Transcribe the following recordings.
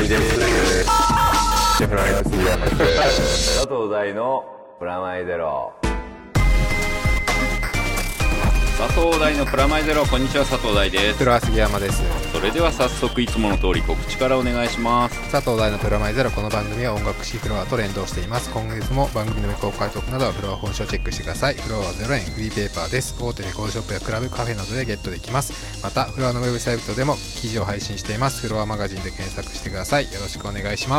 井です。シェフライト杉山です。 佐藤大のプラマイゼロ。佐藤大のプラマイゼロ。こんにちは、佐藤大です。 プロは杉山です。 それでは早速いつもの通り告知からお願いします。 佐藤大のプラマイゼロ。この番組は音楽誌フロアと連動しています。今月も番組の未公開トークなどはフロア本誌をチェックしてください。フロアは0円、フリーペーパーです。大手レコードショップやクラブ、カフェなどでゲットできます。またフロアのウェブサイトでも記事を配信しています。フロアマガジンで検索してください。よろしくお願いします。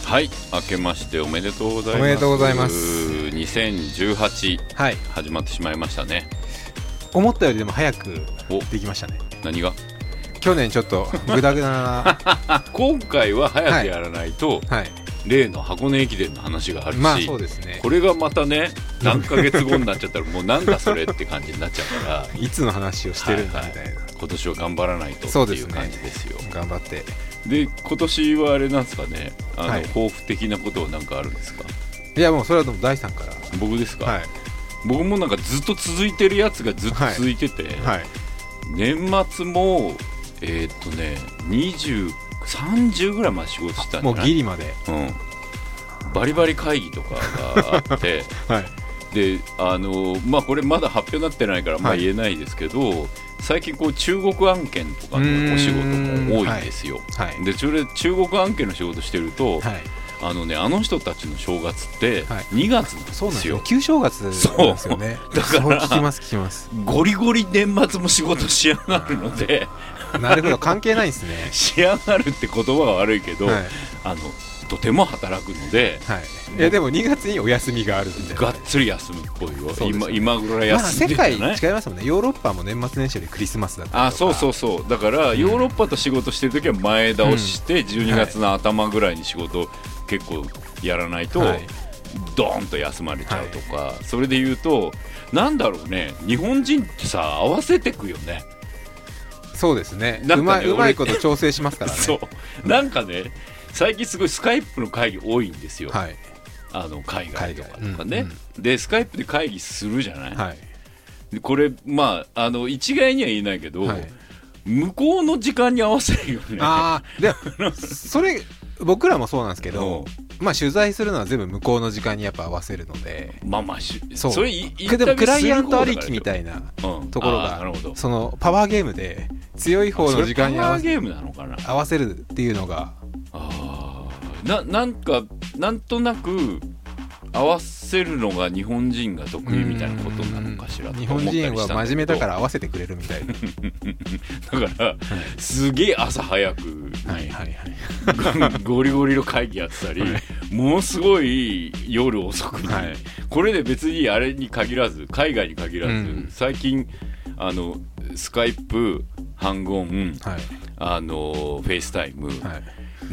はい、明けましておめでとうございます。 おめでとうございます。 2018、 はい、 始まってしまいましたね。 思ったよりでも早くできましたね。 何が？ 去年ちょっとグダグダな今回は早くやらないと、 はい、 例の箱根駅伝の話があるし、 まあそうですね、 これがまたね何ヶ月後になっちゃったらもうなんだそれって感じになっちゃうからいつの話をしてるんだみたいな、はいはい、 今年は頑張らないとっていう感じですよ。 頑張って。 で今年はあれなんですかね、 はい、 抱負的なことは何かあるんですか？ いやもうそれはでも大さんから。 僕ですか？ はい、 僕もなんかずっと続いてるやつがずっと続いてて、はいはい、年末も20、30ぐらいまで仕事したんじゃない？ もうギリまで、 バリバリ会議とかがあって、はい、でまあこれまだ発表になってないからまあ言えないですけど、はい、最近こう中国案件とかのお仕事も多いんですよ、はいはい、で中国案件の仕事してると、はい、あの人たちの正月って2月なんですよ、はい、そうなんですよ、旧正月なんですよね。だから聞きますゴリゴリ年末も仕事しやがるのでなるほど、関係ないんですねしやがるって言葉が悪いけど、はい、とても働くので、 はい、いやでも2月にお休みがあるんで、 がっつり休むっぽいよ。今ぐらい休んでるじゃない、 まあ、世界違いますもんね。ヨーロッパも年末年始よりクリスマスだったりとか。 そうだから、ヨーロッパと仕事してるときは前倒しして、12月の頭ぐらいに仕事結構やらないと、はい、ドーンと休まれちゃうとか、はい、それで言うとなんだろうね、日本人ってさ合わせてくよね。 そうですね、うまいこと調整しますからねそうなんかね、最近すごいスカイプの会議多いんですよ、はい、海外とかね、でスカイプで会議するじゃない、はい、でこれまあ一概には言えないけど、はい、向こうの時間に合わせるよね。 でそれ僕らもそうなんですけど、まあ、取材するのは全部向こうの時間にやっぱ合わせるので、 まあそれでもクライアントありきみたいなところが、そのパワーゲームで強い方の時間に合わせるっていうのが、 なんとなく合わせるのが日本人が得意みたいなことなのかしらと思ったりしたんだけど、 日本人は真面目だから合わせてくれるみたいなだから、はい、すげえ朝早くに、ゴリゴリの会議やってたり、はい、ものすごい夜遅くに、はい、これで別にあれに限らず海外に限らず、最近スカイプ、ハンゴン、はい、フェイスタイム、はい、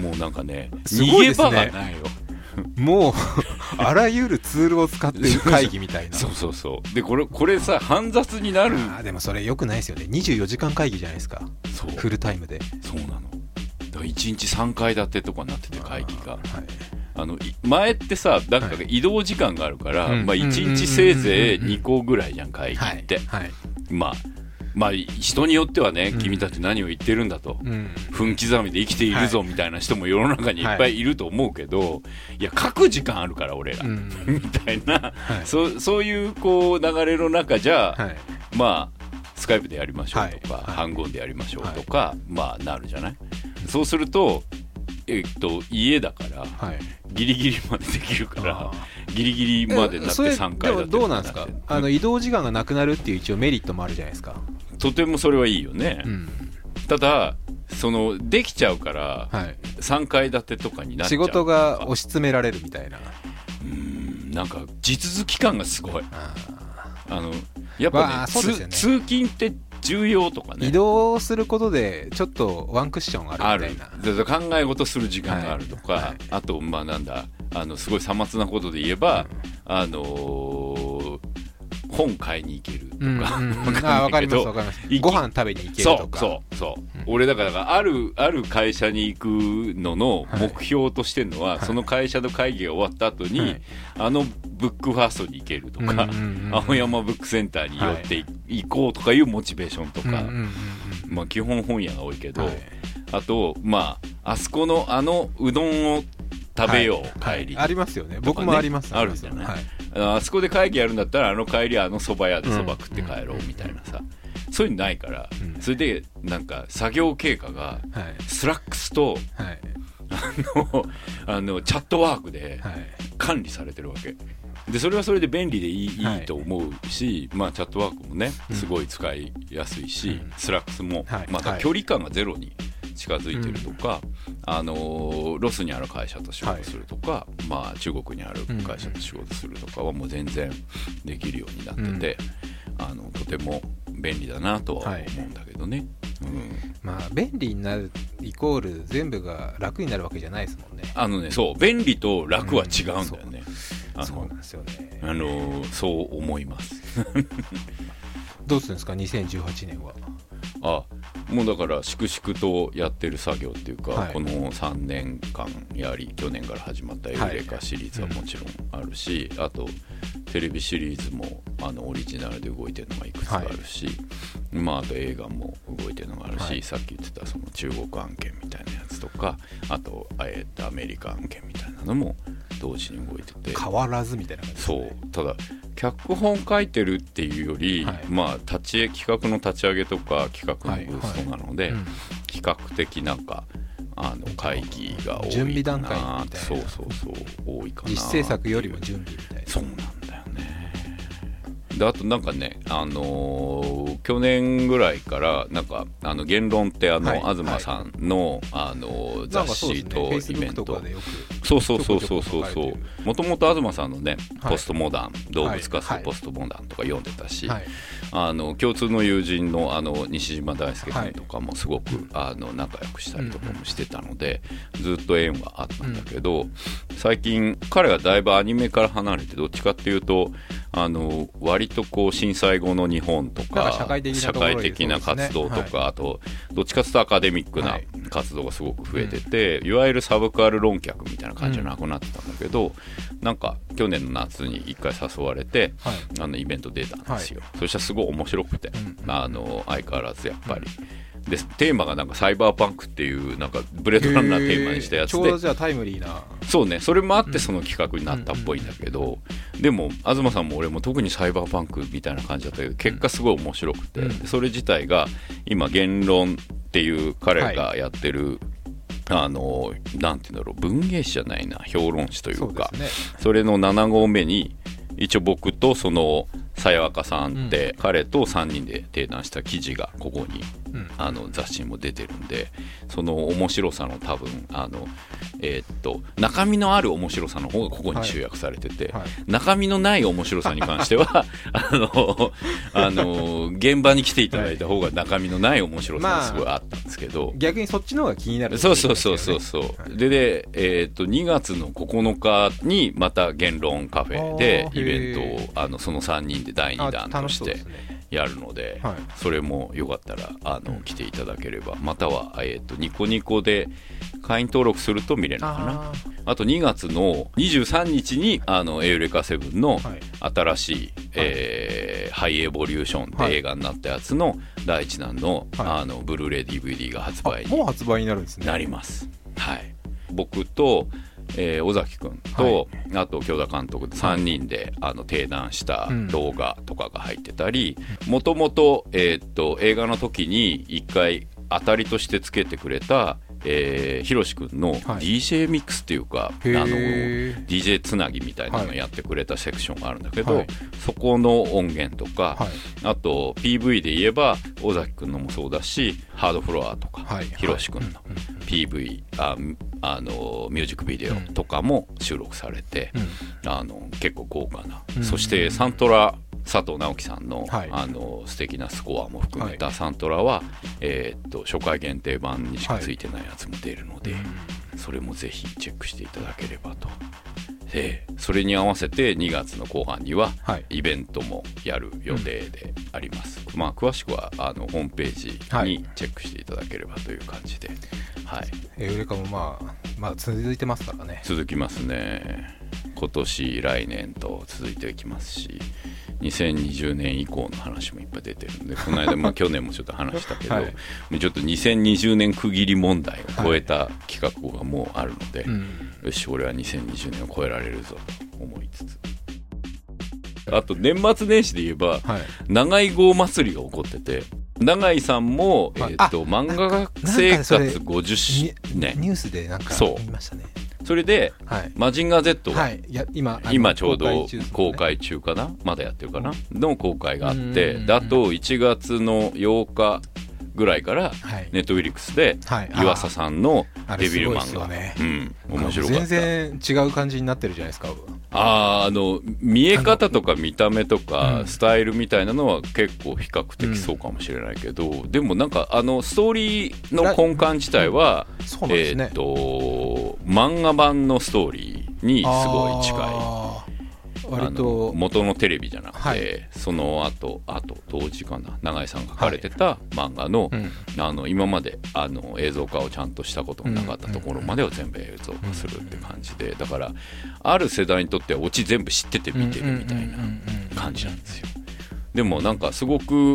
もうなんかね、逃げ場がないよもうあらゆるツールを使っている会議みたいなそうでこれさ煩雑になる。 でもそれ良くないですよね。24時間会議じゃないですか。フルタイムで。 そうなの。だから1日3階建てとかになってて会議が、はい、前ってさなんか移動時間があるから、はい、まあ、1日せいぜい2個ぐらいじゃん会議って、はいはい、まあ人によってはね、君たち何を言ってるんだと、分刻みで生きているぞみたいな人も世の中にいっぱいいると思うけど、いや書く時間あるから俺ら、みたいな、そういうこう流れの中じゃ、まあスカイプでやりましょうとか、ハンゴンでやりましょうとか、まあなるじゃない。そうすると家だから、ギリギリまでできるから、ギリギリまでなって3回だって。 どうなんですか、移動時間がなくなるっていう一応メリットもあるじゃないですか。 とてもそれはいいよね、ただできちゃうから、3階建てとかになっちゃう、 仕事が押し詰められるみたいな。 なんか地続き感がすごい。やっぱね、通勤って重要とかね、 移動することでちょっとワンクッションあるみたいな、 考え事する時間があるとか、あとまあなんだすごいさまつなことで言えば、本買いに行けるとか、 わかりますご飯食べに行けるとか。 そう、俺だからある会社に行くのの目標としてるのは、その会社の会議が終わった後に、ブックファーストに行けるとか、青山ブックセンターに寄って行こうとかいうモチベーションとか、まあ基本本屋が多いけど、 あとあそこのうどんを食べよう、帰りに、 ありますよね。僕もあります。 あるじゃない、あそこで会議やるんだったら帰り蕎麦屋で蕎麦食って帰ろうみたいなさ、そういうのないから、それでなんか作業経過がスラックスと、チャットワークで管理されてるわけで、それはそれで便利でいいと思うし、チャットワークもねすごい使いやすいし、スラックスもまた距離感がゼロに近づいてるとか、ロスにある会社と仕事するとか、中国にある会社と仕事するとかはもう全然できるようになってて、とても便利だなとは思うんだけどね、 便利になるイコール全部が楽になるわけじゃないですもんね。 そう便利と楽は違うんだよね、 そうなんですよね。 そう思いますどうするんですか2018年は。 もうだから粛々とやってる作業っていうか、この3年間やり、去年から始まったエウレカシリーズはもちろんあるし、あとテレビシリーズもオリジナルで動いてるのがいくつかあるし、あと映画も動いてるのがあるし、さっき言ってたその中国案件みたいなやつとか、あとアメリカ案件みたいなのも同時に動いてて、 変わらずみたいな感じですね。 そう、ただ脚本書いてるっていうより、企画の立ち上げとか企画のブーストなので、比較的なんか会議が多いかな、 準備段階みたいな。 そう多いかな。 実制作よりも準備みたいな。 そうなんだよね。であとなんかね、去年ぐらいからなんか言論って東さんの、雑誌とイベント、そうもともと東さんのね、ポストモダン、動物活動ポストモダンとか読んでたし、共通の友人の西島大輔君とかもすごく仲良くしたりとかもしてたので、ずっと縁はあったんだけど、最近彼がだいぶアニメから離れて、どっちかっていうと割とこう震災後の日本とか社会的な活動とか、あとどっちかというとアカデミックな活動がすごく増えてて、いわゆるサブカル論客みたいな感じじゃなくなってたんだけど、なんか去年の夏に一回誘われて、イベント出たんですよ。そしたらすごい面白くて、相変わらずやっぱり。でテーマがなんかサイバーパンクっていうなんかブレードランナーテーマにしたやつで、 ちょうどじゃあタイムリーな。 そうね、それもあってその企画になったっぽいんだけど、でも東さんも俺も特にサイバーパンクみたいな感じだったけど、結果すごい面白くて、それ自体が今言論っていう彼がやってる、なんていうんだろう、文芸誌じゃないな、評論誌というか、それの7号目に一応僕とそのさやわかさんって、彼と3人で提談した記事がここに、雑誌にも出てるんで、その面白さの多分中身のある面白さの方がここに集約されてて、中身のない面白さに関しては現場に来ていただいた方が中身のない面白さがすごいあったんですけど、 逆にそっちの方が気になる、 そうで、2月の9日にまた言論カフェでイベントをその3人で第2弾としてやるので、それもよかったら来ていただければ、または、ニコニコで会員登録すると見れるのかな。あと2月の23日にエウレカ7の新しい、ハイエボリューションって映画になったやつの第1弾の、ブルーレイ DVD が発売にもう発売になるんですね。 なります。僕と尾崎君と、あと京田監督で3人で提談した動画とかが入ってたり、もともと映画の時に1回当たりとしてつけてくれたひろし君の DJ ミックスっていうか、DJ つなぎみたいなのやってくれたセクションがあるんだけど、そこの音源とか、あと PV で言えば尾崎君のもそうだし、ハードフロアとかひろし君の PV、ミュージックビデオとかも収録されて、結構豪華な、そしてサントラ佐藤直樹さんの、素敵なスコアも含めたサントラは、初回限定版にしかついてないやつも出るので、それもぜひチェックしていただければと。それに合わせて2月の後半にはイベントもやる予定であります。詳しくはホームページにチェックしていただければという感じで、 はい、 エウレカもまあ続いてますからね。 続きますね。今年来年と続いていきますし、2020年以降の話もいっぱい出てるんで、この間去年もちょっと話したけど、はい、ちょっと2020年区切り問題を超えた企画がもうあるので、よし俺は2020年を超えられるぞと思いつつ、あと年末年始で言えば、はい、長井号祭りが起こってて、長井さんも、漫画学生活50年ニュースでなんか見ましたね。 それで、はい、マジンガー Z が、はい、今ちょうど公開中かな、まだやってるかなの公開があって、あと1月の8日ぐらいからネットフリックスで湯浅さんのデビル漫画、面白かった。 全然違う感じになってるじゃないですか。 見え方とか見た目とかスタイルみたいなのは結構比較的そうかもしれないけど、でもなんかストーリーの根幹自体は、漫画版のストーリーにすごい近い。割と元のテレビじゃなくて、はい、その後同時かな、永井さんが書かれてた漫画の、今まで映像化をちゃんとしたことがなかったところまでを全部映像化するって感じで、だからある世代にとってはオチ全部知ってて見てるみたいな感じなんですよ。でもなんかすごく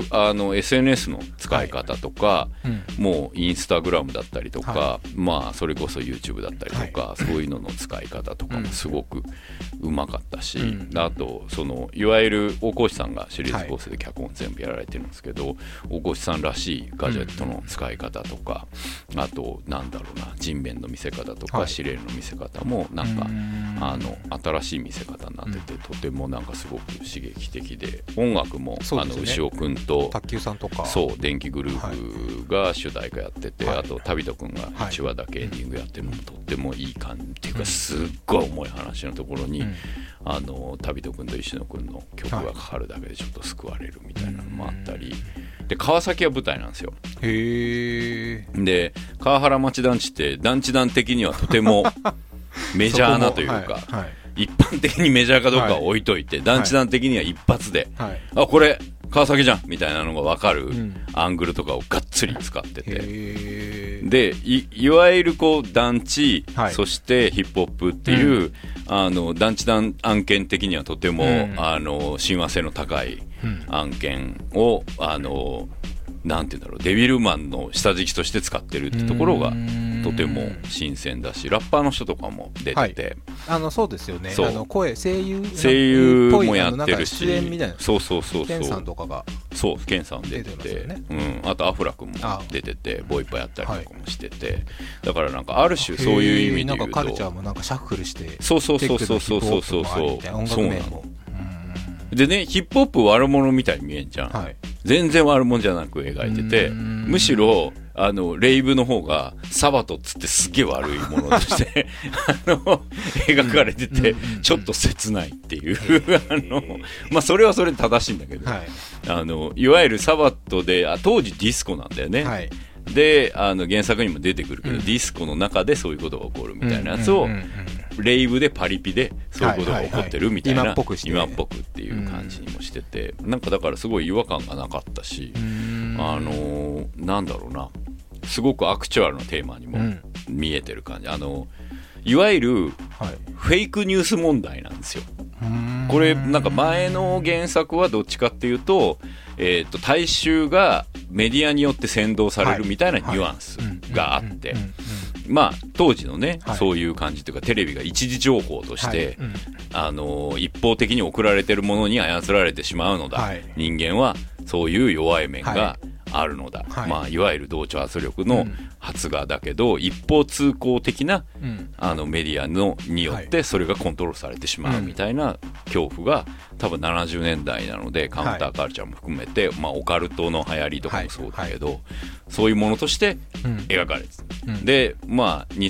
SNS の使い方とか、もうインスタグラムだったりとか、まあそれこそ YouTube だったりとか、そういうのの使い方とかもすごくうまかったし、あといわゆる大河内さんがシリーズ構成で脚本全部やられてるんですけど、大河内さんらしいガジェットの使い方とか、あとなんだろうな、人面の見せ方とかシレールの見せ方もなんか新しい見せ方になってて、とてもなんかすごく刺激的で、音楽も牛尾くんと卓球さんとか、 そう電気グループが主題歌やってて、あと旅人くんが1話だけエンディングやってるのもとってもいい感じっていうか、すっごい重い話のところに旅人くんと石野くんの曲がかかるだけでちょっと救われるみたいなのもあったりで、川崎は舞台なんですよ。 へー。 で川原町団地って団地団的にはとてもメジャーなというか、一般的にメジャーかどうかは置いといて、団地団的には一発で、あこれ川崎じゃんみたいなのが分かるアングルとかをがっつり使ってて、で いわゆるこう団地、そしてヒップホップっていう、団地団案件的にはとても、親和性の高い案件をなんていうんだろう、デビルマンの下敷きとして使ってるってところがとても新鮮だし、ラッパーの人とかも出てて、 そうですよね。声優もやってるし、 そうケンさんとかが、 そうケンさん出てて、あとアフラ君も出てて、ボイパやったりとかもしてて、だからなんかある種そういう意味で言うと、 なんかカルチャーもなんかシャッフルして、 そう音楽面もでね、ヒップホップ悪者みたいに見えんじゃん、全然悪者じゃなく描いてて、むしろレイブの方がサバトっつってすげえ悪いものとして描かれてて、ちょっと切ないっていうまあそれはそれで正しいんだけど、いわゆるサバトで当時ディスコなんだよね、で原作にも出てくるけど、ディスコの中でそういうことが起こるみたいなやつを、レイブでパリピでそういうことが起こってるみたいな、今っぽくっていう感じにもしてて、なんかだからすごい違和感がなかったし、なんだろうな、すごくアクチュアルなテーマにも見えてる感じ、いわゆるフェイクニュース問題なんですよ。これなんか前の原作はどっちかっていうと、大衆がメディアによって先導されるみたいなニュアンスがあって、まあ当時のね、そういう感じというか、テレビが一時情報として、一方的に送られてるものに操られてしまうのだ、人間はそういう弱い面があるのだ、まあいわゆる同調圧力の発芽だけど、一方通行的な、メディアによってそれがコントロールされてしまうみたいな恐怖が多分70年代なので、カウンターカルチャーも含めて、まあオカルトの流行りとかもそうだけど、そういうものとして描かれて、でまあ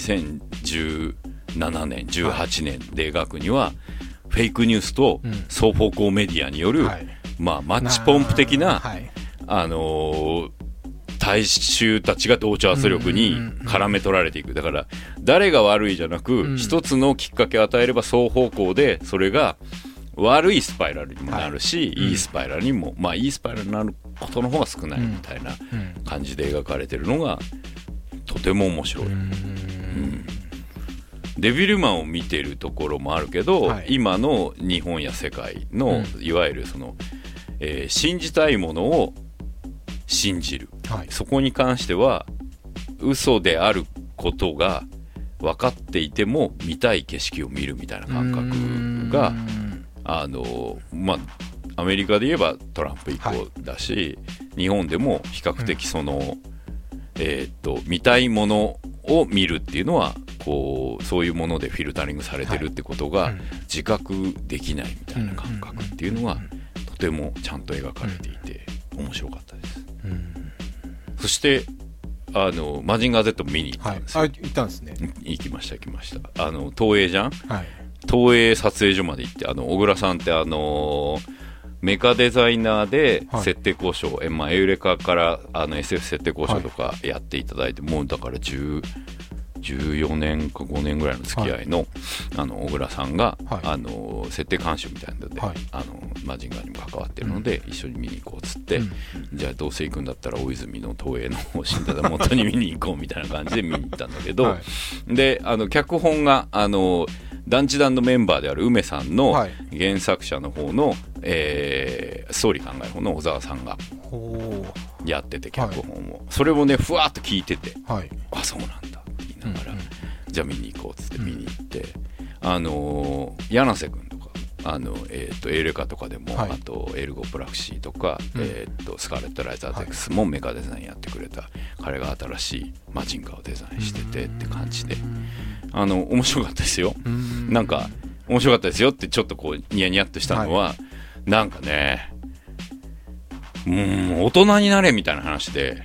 2017年18年で描くには、フェイクニュースと双方向メディアによる、まあマッチポンプ的な、大衆たちが同調圧力に絡め取られていく。だから誰が悪いじゃなく、一つのきっかけを与えれば双方向でそれが悪いスパイラルにもなるし、いいスパイラルにも、まあいいスパイラルになることの方が少ないみたいな感じで描かれてるのがとても面白い。デビルマンを見てるところもあるけど、はい、今の日本や世界の、いわゆるその、信じたいものを信じる、はい、そこに関しては嘘であることが分かっていても見たい景色を見るみたいな感覚がまあアメリカで言えばトランプ以降だし、はい、日本でも比較的その、見たいものを見るっていうのはこうそういうものでフィルタリングされてるってことが自覚できないみたいな感覚っていうのがとてもちゃんと描かれていて面白かったです。そしてマジンガー Z 見に行ったんですよ。 はい、行ったんですね。 行きました東映じゃん、はい、東映撮影所まで行って小倉さんってメカデザイナーで設定交渉、はいエウレカから SF 設定交渉とかやっていただいて、もうだから14年か5年ぐらいの付き合いの、小倉さんが、設定監修みたいなので、マジンガーにも関わってるので、一緒に見に行こうっつって、じゃあどうせ行くんだったら大泉の東映の新田田元に見に行こうみたいな感じで見に行ったんだけど、で脚本が団地団のメンバーである梅さんの原作者の方の、ストーリー考える方の小沢さんがやってて脚本を、それをねふわっと聞いてて、あそうなんだって言いながら、じゃあ見に行こうっつって見に行って、柳瀬君とかエレカとかでも、あとエルゴプラクシーとか、スカーレット・ライザー・ゼックスもメカデザインやってくれた彼が新しいマジンガーをデザインしててって感じで面白かったですよ。なんか面白かったですよってちょっとこうニヤニヤっとしたのは、なんかね大人になれみたいな話で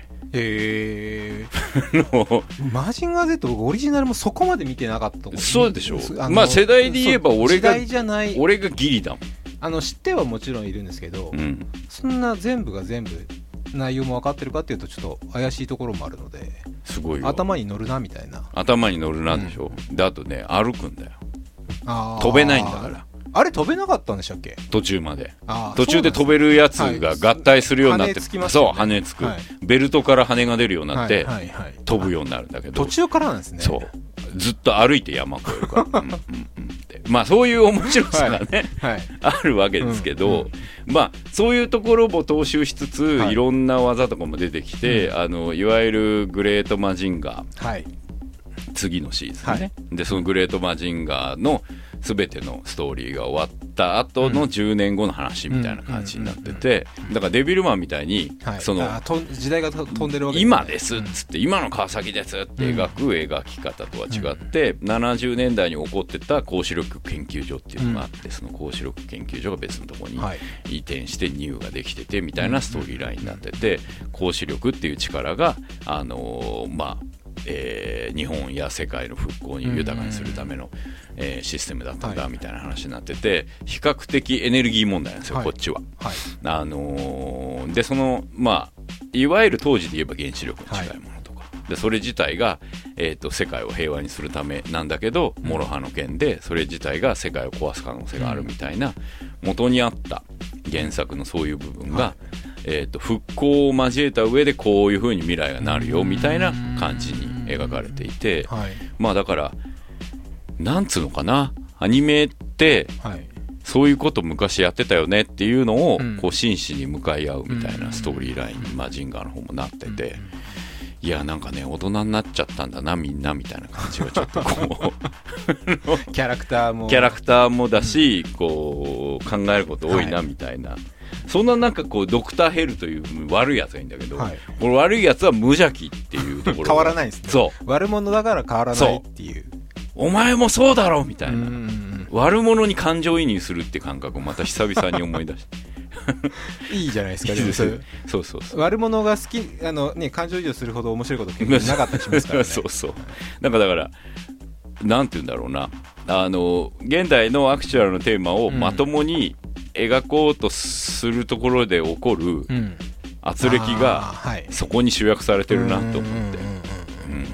マジンガー Z 僕オリジナルもそこまで見てなかった。 そうでしょう。まあ世代で言えば俺がギリだもん。 知ってはもちろんいるんですけど、そんな全部が全部内容も分かってるかっていうとちょっと怪しいところもあるので、 すごいよ頭に乗るなみたいな。 頭に乗るなでしょ、であとね歩くんだよ。飛べないんだから。 あれ飛べなかったんでしたっけ？ 途中まで。途中で飛べるやつが合体するようになって、そう羽つく、ベルトから羽が出るようになって、飛ぶようになるんだけど、 途中からなんですね。 そうずっと歩いて山越えるからまあそういう面白さがね、あるわけですけど、まあそういうところも踏襲しつつ、いろんな技とかも出てきて、いわゆるグレートマジンガー、次のシーズンね、でそのグレートマジンガーの全てのストーリーが終わった後の10年後の話みたいな感じになってて、だからデビルマンみたいに、その時代が飛んでるわけですね。 今ですっつって、今の川崎ですって描く描き方とは違って、70年代に起こってた光子力研究所っていうのがあって、その光子力研究所が別のところに移転してニューができててみたいなストーリーラインになってて、光子力っていう力がまあ日本や世界の復興に豊かにするための、システムだったんだみたいな話になってて、比較的エネルギー問題なんですよ、こっちは。でそのまあいわゆる当時で言えば原子力に近いものとか、でそれ自体が、世界を平和にするためなんだけど、諸刃の剣でそれ自体が世界を壊す可能性があるみたいな、元にあった原作のそういう部分が、復興を交えた上でこういう風に未来がなるよみたいな感じに描かれていて、まあだからなんつうのかな、アニメってそういうこと昔やってたよねっていうのをこう真摯に向かい合うみたいなストーリーラインにマジンガーの方もなってて、いやなんかね大人になっちゃったんだなみんなみたいな感じがちょっとこうキャラクターもだし、こう考えること多いなみたいな、そんななんかこうドクターヘルという悪いやつがいいんだけど、この悪いやつは無邪気っていうところ変わらないですね。 そう悪者だから変わらないっていう、 お前もそうだろみたいな、悪者に感情移入するって感覚をまた久々に思い出していいじゃないですか。でもそう悪者が好き感情移入するほど面白いこと結構なかったりしますからねそうなんかだからなんて言うんだろうな、現代のアクチュアルのテーマをまともに描こうとするところで起こる圧力がそこに集約されてるなと思って、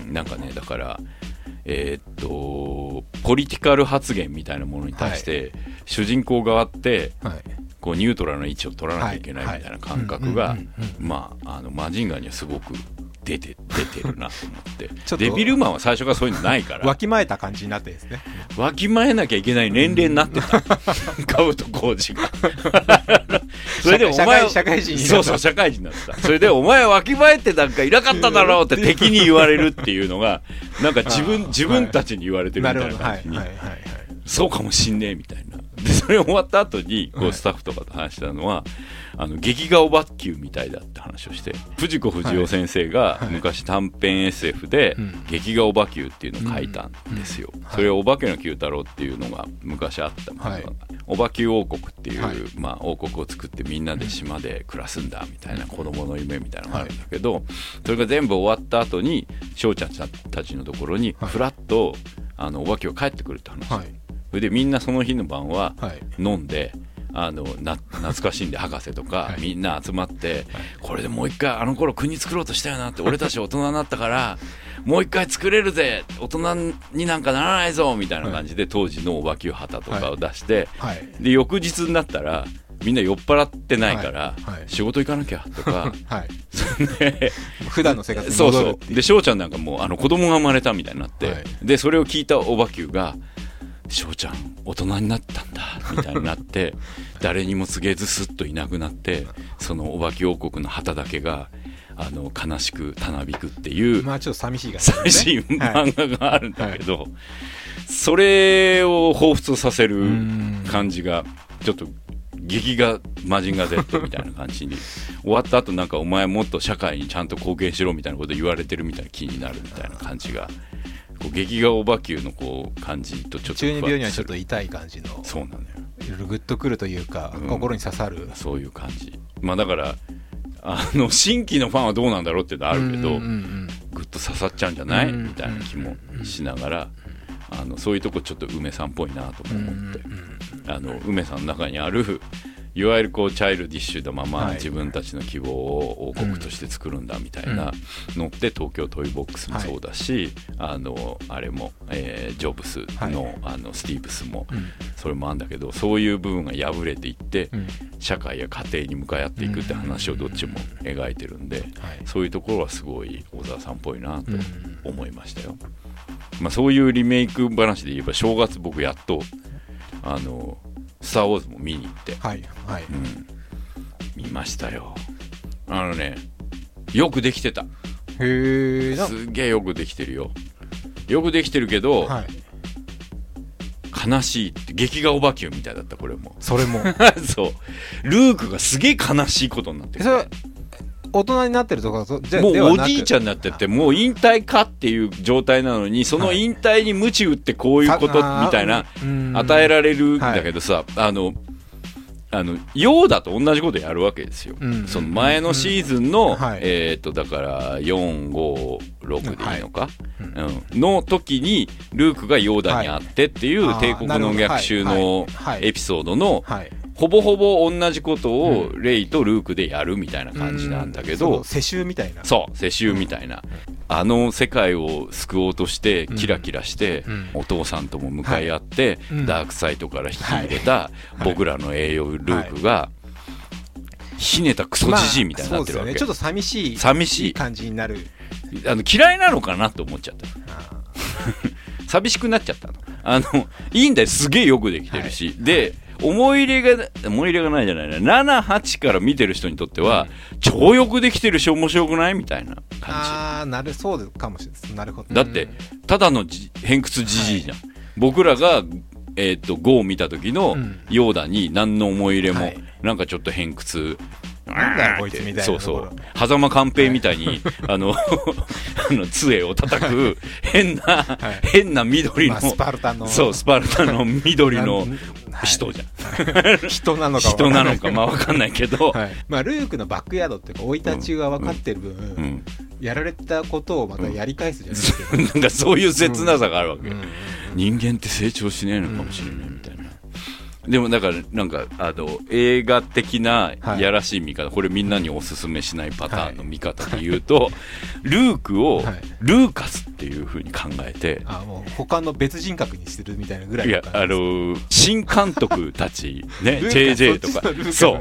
なんかねだからポリティカル発言みたいなものに対して、主人公側って、こうニュートラルな位置を取らなきゃいけないみたいな感覚がマジンガーにはすごく出てるなと思ってデビルマンは最初からそういうのないからわきまえた感じになってですね、 わきまえなきゃいけない年齢になってたカブトコーチがそれでお前社会人になった。 そうそう社会人になったそれでお前わきまえてなんかいなかっただろうって敵に言われるっていうのがなんか自分たちに言われてるみたいな感じにそうかもしんねえみたいなでそれ終わった後にこうスタッフとかと話したのは、劇画おばきゅうみたいだって話をして藤子不二雄先生が昔短編 SF で劇画おばきゅうっていうのを書いたんですよ、それをおばけの九太郎っていうのが昔あったものが、おばきゅう王国っていう、王国を作ってみんなで島で暮らすんだみたいな子供の夢みたいなのがあるんだけど、それが全部終わった後に翔ちゃんたちのところにフラッとおばきゅうが帰ってくるって話、それでみんなその日の晩は飲んで、懐かしんで博士とか、みんな集まって、これでもう一回あの頃国作ろうとしたよなって俺たち大人になったからもう一回作れるぜ大人になんかならないぞみたいな感じで当時のおばきゅう旗とかを出して、で翌日になったらみんな酔っ払ってないから、仕事行かなきゃとか、で普段の生活に戻るっていう。 そうそうで翔ちゃんなんかもう子供が生まれたみたいになって、でそれを聞いたおばきゅうが翔ちゃん大人になったんだみたいになって誰にも告げずすっといなくなってそのおばき王国の旗だけが悲しくたなびくっていう、 まあちょっと寂しい寂しい漫画があるんだけど、それを彷彿とさせる感じがちょっと劇画マジンガー Z みたいな感じに終わった後なんかお前もっと社会にちゃんと貢献しろみたいなこと言われてるみたいな気になるみたいな感じが劇画おばきゅうのこう感じとちょっと中二病にはちょっと痛い感じの、 そうなのよ、 いろいろグッとくるというか、心に刺さるそういう感じ。まあだから新規のファンはどうなんだろうっていうのはあるけど、グッと刺さっちゃうんじゃないみたいな気もしながら、そういうとこちょっと梅さんっぽいなと思って、梅さんの中にあるいわゆるこうチャイルディッシュなまま自分たちの希望を王国として作るんだみたいなのって東京トイボックスもそうだし、あれも、ジョブスの、スティーブスもそれもあるんだけど、そういう部分が破れていって社会や家庭に向かい合っていくって話をどっちも描いてるんで、そういうところはすごい小沢さんっぽいなと思いましたよ。まあ、そういうリメイク話で言えば正月僕やっとスター・ウォーズも見に行って、見ましたよ。よくできてた。すげえよくできてるよ。よくできてるけど、悲しいって劇画おばきゅうみたいだった。これもそれもそうルークがすげえ悲しいことになってる。 それ大人になってるとかもうおじいちゃんになっててもう引退かっていう状態なのに、その引退に鞭打ってこういうことみたいな与えられるんだけどさ、ヨーダと同じことやるわけですよ、その前のシーズンの、だから456でいいのか、の時にルークがヨーダに会ってっていう帝国の逆襲のエピソードのほぼほぼ同じことをレイとルークでやるみたいな感じなんだけど、 世襲みたいな、 そう世襲みたいな、世界を救おうとしてキラキラして、お父さんとも向かい合って、ダークサイドから引き入れた僕らの栄養ルークが、ひねたクソじじいみたいになってるわけ、 ちょっと寂しい感じになる。 嫌いなのかなと思っちゃった寂しくなっちゃったの。いいんだよ、すげえよくできてるし、で思い入れがないじゃないな、7、8から見てる人にとっては、超よくできてるし面白くないみたいな感じ。 そうかもしれないです。なるほど。 だってただの偏屈じじいじゃん、僕らが5を見た時のヨーダに何の思い入れも、なんかちょっと偏屈なんだよこいつみたいな。 そう狭間寛平みたいに杖を叩く変な緑の、 スパルタの緑の人じゃん、 人なのかまあ分かんないけど、 まあルークのバックヤードっていうか生い立ちが分かってる分、やられたことをまたやり返すじゃないですか、 なんかそういう切なさがあるわけ、人間って成長しねえのかもしれないみたいな。でもだからなんか映画的なやらしい見方、これみんなにおすすめしないパターンの見方で言うと、ルークをルーカスってっていうふうに考えて、 もう他の別人格にするみたいなぐらいいや新監督たちねJJ とかそう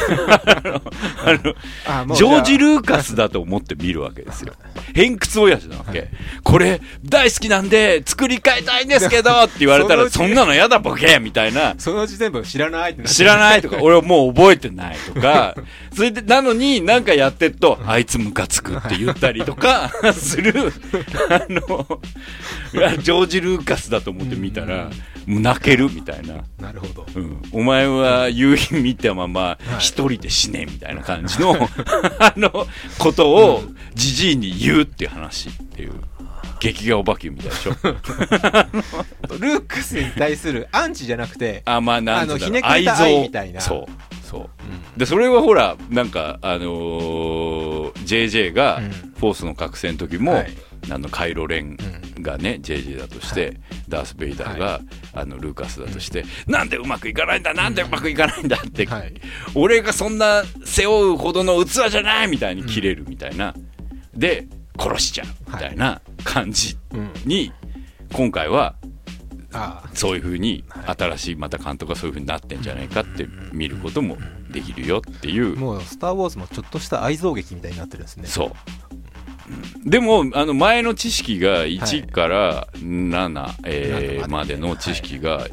ジョージ・ルーカスだと思って見るわけですよ。偏屈親父なわけ、はい、これ大好きなんで作り変えたいんですけどって言われたらそんなのやだボケみたいな、 そのうち全部知らないって知らないとか俺はもう覚えてないとかそれでなのになんかやってるとあいつムカつくって言ったりとかするジョージ・ルーカスだと思って見たらもう泣けるみたいな。 なるほど、 お前は夕日見たまま一人で死ねみたいな感じのことをジジイに言うっていう話っていう劇画おばきゅうみたいでしょルーカスに対するアンチじゃなくてまあなんてひねくれた愛みたいな。 そう、でそれはほらなんかJJ がフォースの覚醒の時も、カイロレンがね JJ だとして、ダース・ベイダーが、ルーカスだとして、なんでうまくいかないんだなんでうまくいかないんだって、俺がそんな背負うほどの器じゃないみたいに切れるみたいな、で殺しちゃうみたいな感じに、今回はそういう風に新しいまた監督がそういう風になってんじゃないかって見ることもできるよっていう、 もうスター・ウォーズもちょっとした愛憎劇みたいになってるんですね。 そう、でも前の知識が1から7、までの知識が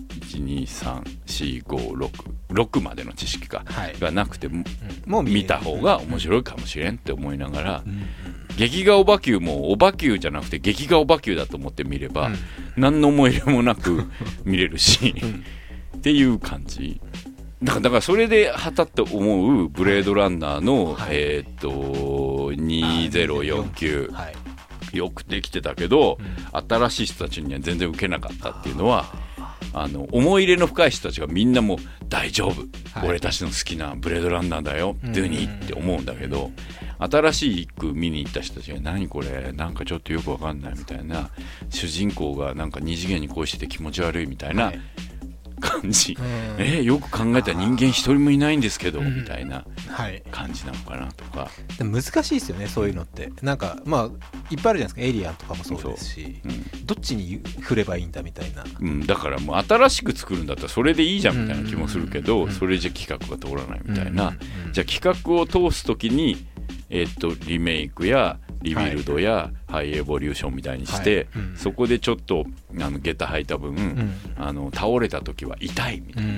1234566までの知識がなくても見た方が面白いかもしれんって思いながら、劇画オバキューもオバキューじゃなくて劇画オバキューだと思って見れば、何の思い入れもなく見れるしっていう感じだからそれではたって思うブレードランナーの、2049、よくできてたけど、新しい人たちには全然受けなかったっていうのは思い入れの深い人たちがみんなもう大丈夫、俺たちの好きなブレードランナーだよ、ドゥニーって思うんだけど、新しく見に行った人たちが何これなんかちょっとよくわかんないみたいな、主人公がなんか二次元に恋してて気持ち悪いみたいな感じ、よく考えたら人間一人もいないんですけどみたいな感じなのかなとか。 でも難しいですよねそういうのって。なんかまあいっぱいあるじゃないですか、エイリアンとかもそうですし、どっちに振ればいいんだみたいな、 だからもう新しく作るんだったらそれでいいじゃんみたいな気もするけど、それじゃ企画が通らないみたいな、じゃあ企画を通すときにリメイクやリビルドやハイエボリューションみたいにして、そこでちょっと下駄履いた分、倒れた時は痛いみたいな、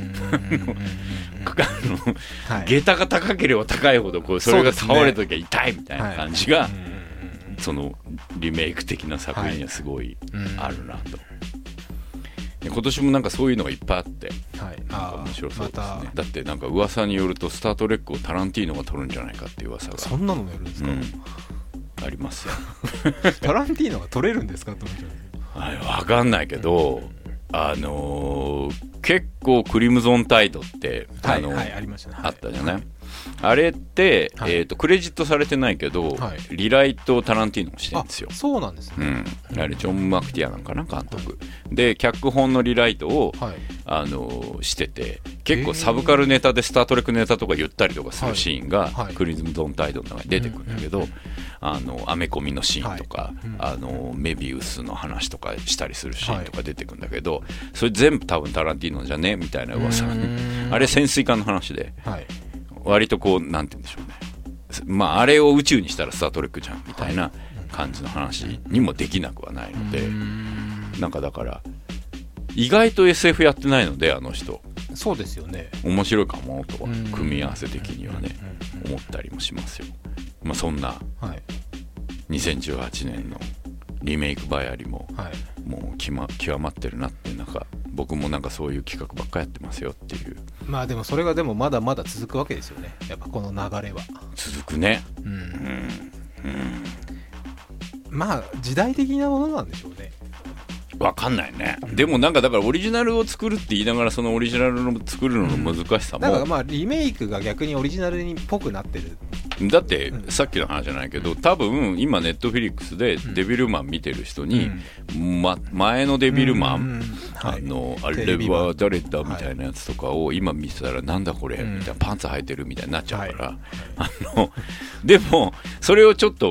下駄が高ければ高いほどこうそれが倒れた時は痛いみたいな感じが、そのリメイク的な作品にはすごいあるなと。今年もなんかそういうのがいっぱいあって、なんか面白そうですね。だってなんか噂によるとスタートレックをタランティーノが撮るんじゃないかっていう噂が。 そんなのもやるんですか？ ありますよタランティーノが撮れるんですかと思っちゃう。分かんないけど、結構クリムゾンタイドってありましたね、あったじゃない、あれって、クレジットされてないけど、リライトタランティーノもしてるんですよ。 そうなんですね、 あれジョン・マクティアなんかな監督、で脚本のリライトを、してて、結構サブカルネタでスタートレックネタとか言ったりとかするシーンが、クリムゾンタイドの中に出てくるんだけど、アメコミのシーンとか、メビウスの話とかしたりするシーンとか出てくるんだけど、それ全部多分タランティーノじゃねみたいな噂あれ潜水艦の話で、割とこうなんて言うんでしょうね、あれを宇宙にしたらスタートレックじゃんみたいな感じの話にもできなくはないので、なんかだから意外と SF やってないので、あの人そうですよね、 面白いかもとは組み合わせ的にはね思ったりもしますよ。そんな2018年のリメイクバイアリももう極まってるなって、なんか僕もなんかそういう企画ばっかやってますよっていう。 でもそれがでもまだまだ続くわけですよね、やっぱこの流れは続くね。 時代的なものなんでしょうね。 わかんないね、でもなんかだからオリジナルを作るって言いながら、そのオリジナルの作るのの難しさも、 だからリメイクが逆にオリジナルにっぽくなってる。 だってさっきの話じゃないけど、多分今ネットフィリックスでデビルマン見てる人に、前のデビルマン、あれは誰だみたいなやつとかを今見てたら、なんだこれみたいな、パンツ履いてるみたいになっちゃうから、でもそれをちょっと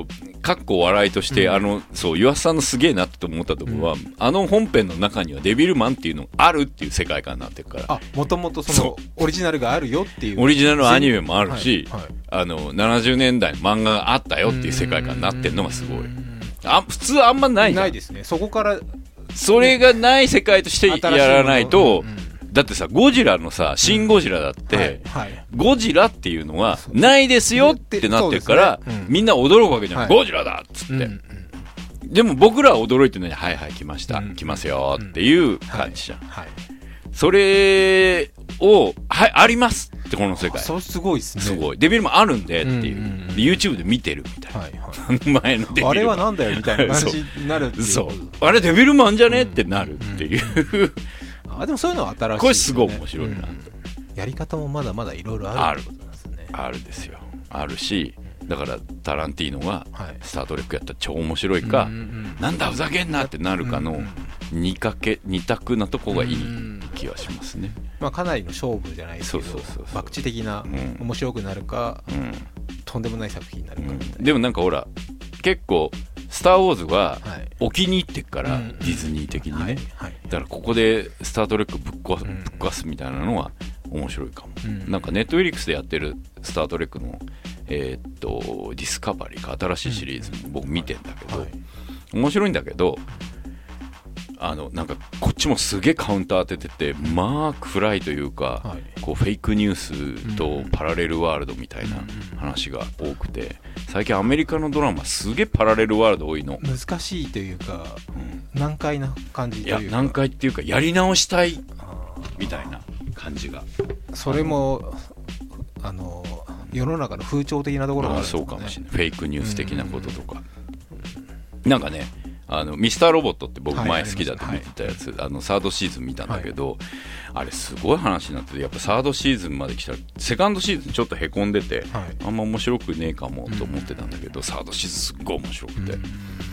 かっこ笑いとして、そう岩瀬さんのすげえなって思ったところは、本編の中にはデビルマンっていうのがあるっていう世界観になってるから、 もともとそのオリジナルがあるよっていう、 オリジナルのアニメもあるし、70年代の漫画があったよっていう世界観になってるのがすごい。普通あんまないじゃん。 ないですね。そこからそれがない世界としてやらないと、だってさ、ゴジラのさ、シン・ゴジラだって、ゴジラっていうのはないですよってなってるから、みんな驚くわけじゃん。ゴジラだっつって。でも僕らは驚いてるのに、はいはい来ました、来ますよっていう感じじゃん。それを、はい、ありますってこの世界。 そうすごいですね。 すごい。デビルマンあるんでっていう。YouTube で見てるみたいな。前のデビルマン。 あれはなんだよみたいな話になるっていう。 そう。あれデビルマンじゃねってなるっていう。 でもそういうのは新しいですね。 これすごい面白いな、 やり方もまだまだいろいろあるってことなんですね。 あるですよ。あるし、だからタランティーノがスタートレックやったら超面白いか、なんだふざけんなってなるかの二択なとこがいい気はしますね。 かなりの勝負じゃないですけど、博打的な面白くなるか、とんでもない作品になるかみたいな。 でもなんかほら結構スター・ウォーズはお気に入ってっから、ディズニー的にね、だからここでスター・トレックぶっ壊すみたいなのは面白いかも、なんかネットフリックスでやってるスター・トレックのディスカバリーか新しいシリーズも僕見てんだけど、面白いんだけど、なんかこっちもすげえカウンター当ててて、まあ暗いというか、こうフェイクニュースとパラレルワールドみたいな話が多くて、最近アメリカのドラマすげえパラレルワールド多いの。 難しいというか、難解な感じというか。 いや難解っていうかやり直したいみたいな感じが。 それも世の中の風潮的なところがあるんですかね。 そうかもしれない。フェイクニュース的なこととか、なんかね、ミスターロボットって僕前好きだって見てたやつ、サードシーズン見たんだけど、あれすごい話になってて、やっぱサードシーズンまで来たらセカンドシーズンちょっとへこんでて、あんま面白くねえかもと思ってたんだけど、サードシーズンすっごい面白くて、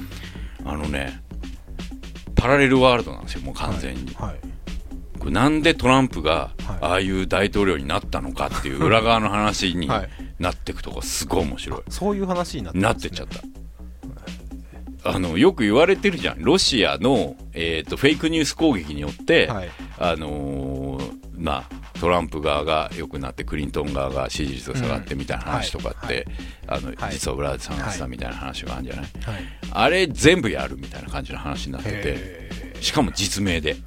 パラレルワールドなんですよ、もう完全に。これなんでトランプがああいう大統領になったのかっていう裏側の話になっていくとこすごい面白い。 そういう話になってっちゃった。よく言われてるじゃん、ロシアの、フェイクニュース攻撃によって、トランプ側が良くなってクリントン側が支持率が下がってみたいな話とかって、実は裏で探してたみたいな話があるんじゃない、あれ全部やるみたいな感じの話になってて、しかも実名で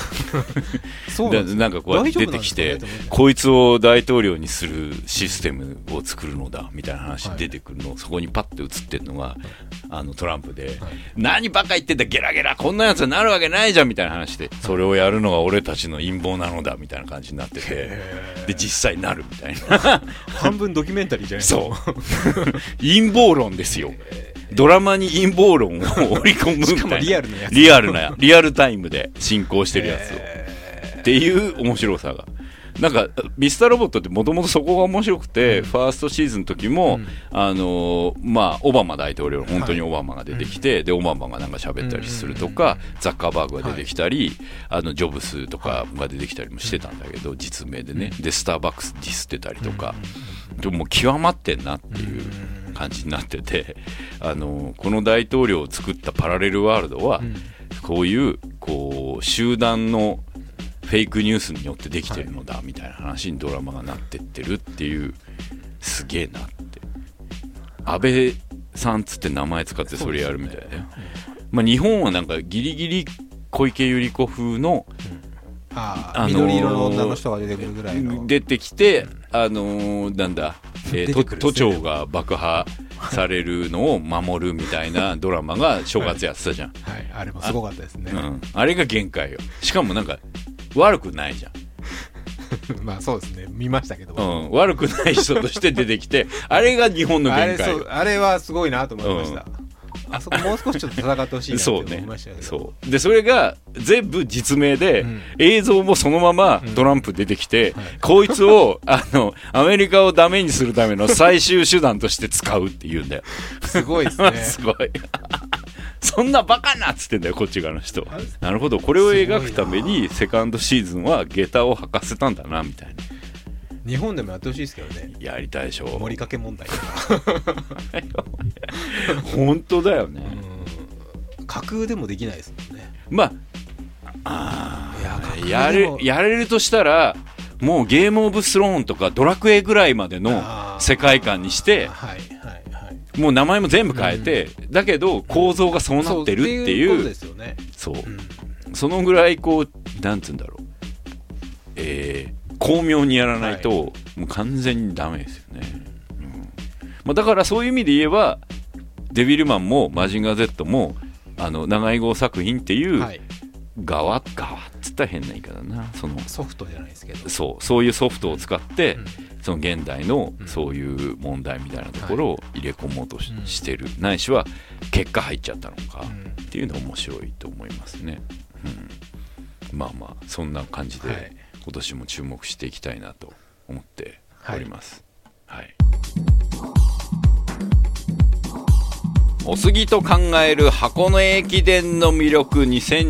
なんかこうやって出てきて、こいつを大統領にするシステムを作るのだみたいな話出てくるの、そこにパッて映ってるのがトランプで、何バカ言ってんだゲラゲラ、こんなやつはなるわけないじゃんみたいな話で、それをやるのが俺たちの陰謀なのだみたいな感じになってて、で実際なるみたいな半分ドキュメンタリーじゃないですか。 そう陰謀論ですよ。ドラマに陰謀論を織り込むみたいな、しかもリアルなやつ、リアルタイムで進行してるやつをっていう面白さが、なんかミスターロボットってもともとそこが面白くて、ファーストシーズンの時も、オバマ大統領、本当にオバマが出てきて、でオバマがなんか喋ったりするとか、ザッカーバーグが出てきたり、ジョブスとかが出てきたりもしてたんだけど、実名でね、でスターバックスディスってたりとか、でも極まってんなっていう感じになってて、この大統領を作ったパラレルワールドは、こういう集団のフェイクニュースによってできてるのだみたいな話にドラマがなってってるっていう、すげえなって。安倍さんつって名前使ってそれやるみたいだよ。日本はなんかギリギリ小池百合子風の、 緑色の女の人が出てくるぐらいの出てきて、なんだ、都庁が爆破されるのを守るみたいなドラマが正月やってたじゃん。 あれもすごかったですね。 あれが限界よ。しかもなんか悪くないじゃん。 そうですね、見ましたけど、 悪くない人として出てきて、あれが日本の限界。 あれはすごいなと思いました。あそこもう少しちょっと戦ってほしいなと思いましたけど。 そうで、それが全部実名で、映像もそのままトランプ出てきて、こいつをアメリカをダメにするための最終手段として使うって言うんだよ。 すごいですね。 すごい。そんなバカなっつってんだよ、こっち側の人。なるほど、これを描くためにセカンドシーズンは下駄を履かせたんだなみたいな。 日本でもやってほしいですけどね。 やりたいでしょ。 盛りかけ問題本当だよね。 架空でもできないですもんね。 まあ、やれるとしたらもうゲームオブスローンとかドラクエぐらいまでの世界観にして、もう名前も全部変えて、だけど構造がそうなってるっていう、 ことですよね。 そう、そのぐらいこうなんつうんだろう、巧妙にやらないと、もう完全にダメですよね。まあ、だからそういう意味で言えばデビルマンもマジンガー Z も長井号作品っていう側っつったら変な言い方だな、そのソフトじゃないですけど、 そういうソフトを使って、その現代のそういう問題みたいなところを入れ込もうとしてる、ないしは結果入っちゃったのかっていうのは面白いと思いますね。まあまあそんな感じで今年も注目していきたいなと思っております。おすぎと考える箱根駅伝の魅力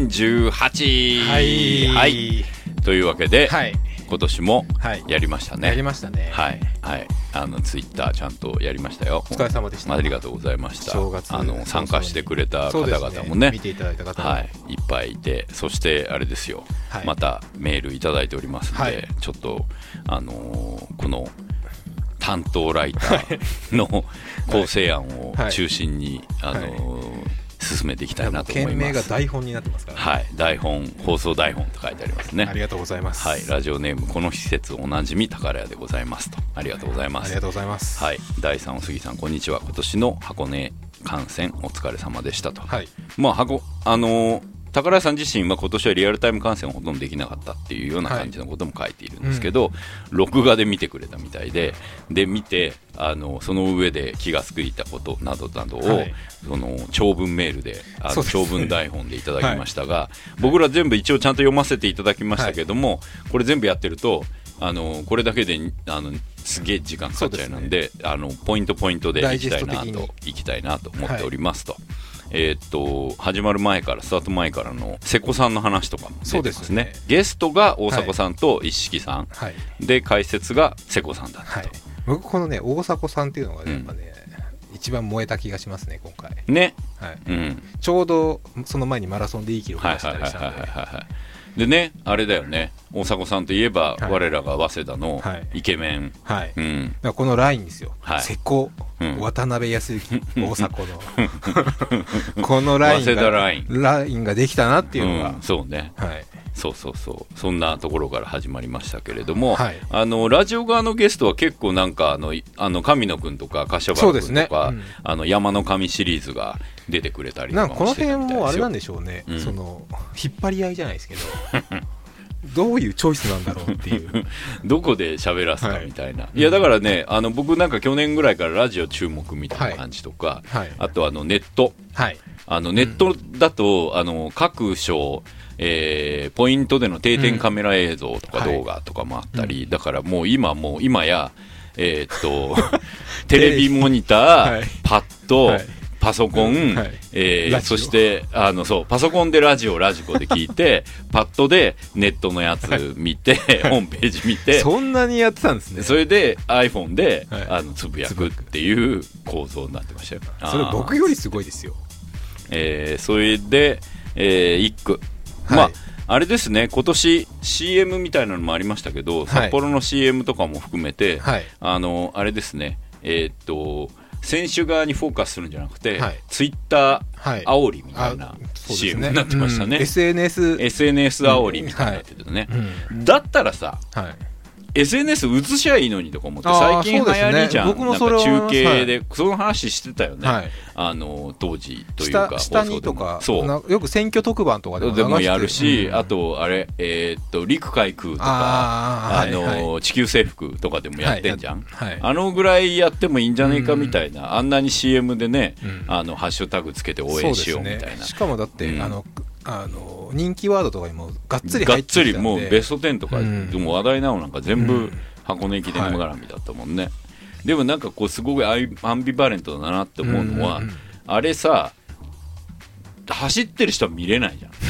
2018、というわけで、今年もやりましたね。 やりましたね。 ツイッターちゃんとやりましたよ。 お疲れ様でした。 ありがとうございました。 正月参加してくれた方々もね、 見ていただいた方も、 いっぱいいて、そしてあれですよ、またメールいただいておりますので、ちょっとこの担当ライターの構成案を中心に、進めていきたいなと思います。 件名が台本になってますから、 台本、放送台本と書いてありますね。 ありがとうございます。 ラジオネームこの施設おなじみ宝屋でございますと。ありがとうございます。 ありがとうございます。 第3おすぎさんこんにちは。今年の箱根観戦お疲れ様でしたと。まあ宝屋さん自身は今年はリアルタイム観戦をほとんどできなかったっていうような感じのことも書いているんですけど、録画で見てくれたみたいで、見てその上で気が付いたことなどなどを、その長文メールで長文台本でいただきましたが、僕ら全部一応ちゃんと読ませていただきましたけども、これ全部やってるとこれだけですげえ時間かかっちゃうので、ポイントでいきたいなと思っておりますと。始まる前からスタート前からの瀬古さんの話とかも出てますね。ゲストが大迫さんと一色さん、で解説が瀬古さんだったと。 僕このね大迫さんっていうのがやっぱね、一番燃えた気がしますね今回ね。 ちょうどその前にマラソンでいい記録出したりしたんで、 でね、あれだよね、大迫さんといえば、我らが早稲田のイケメン、 だからこのラインですよ、瀬古、渡辺康之、大迫のこのラインができたなっていうのが、 そうね、そんなところから始まりましたけれども、ラジオ側のゲストは結構なんか神野くんとか柏原くんとか、山の神シリーズが出てくれたりとかもしてたみたいですよ。 この辺もあれなんでしょうね、その引っ張り合いじゃないですけどどういうチョイスなんだろうっていうどこで喋らすかみたいな、いやだからね、僕なんか去年ぐらいからラジオ注目みたいな感じとか、あとネット、ネットだと各所ポイントでの定点カメラ映像とか動画とかもあったり、だからもう今やテレビモニター、パッド、パソコン、そしてパソコンでラジコで聞いてパッドでネットのやつ見てホームページ見て、 そんなにやってたんですね。 それで iPhone でつぶやくっていう構造になってましたよ。 それ僕よりすごいですよ。 それで一句、あれですね、今年 CM みたいなのもありましたけど、札幌の CM とかも含めて、あれですね、選手側にフォーカスするんじゃなくて、ツイッター煽りみたいな CM になってましたね。SNS 煽りみたいになっててね、だったらさ、SNS 映しゃいいのにとか思って、最近流行りじゃん、なんか中継でその話してたよね、当時というか下にとか、よく選挙特番とかでもやるし、あとあれ陸海空とか地球征服とかでもやってんじゃん、ぐらいやってもいいんじゃねえかみたいな、あんなに CM でね、ハッシュタグつけて応援しようみたいな。 しかもだって人気ワードとかにもがっつり入ってきたんで、 もうベスト10とかでも話題なのなんか全部箱根駅伝絡みだったもんね。でもなんかこうすごいアンビバレントだなって思うのは、あれさ、走ってる人は見れないじゃん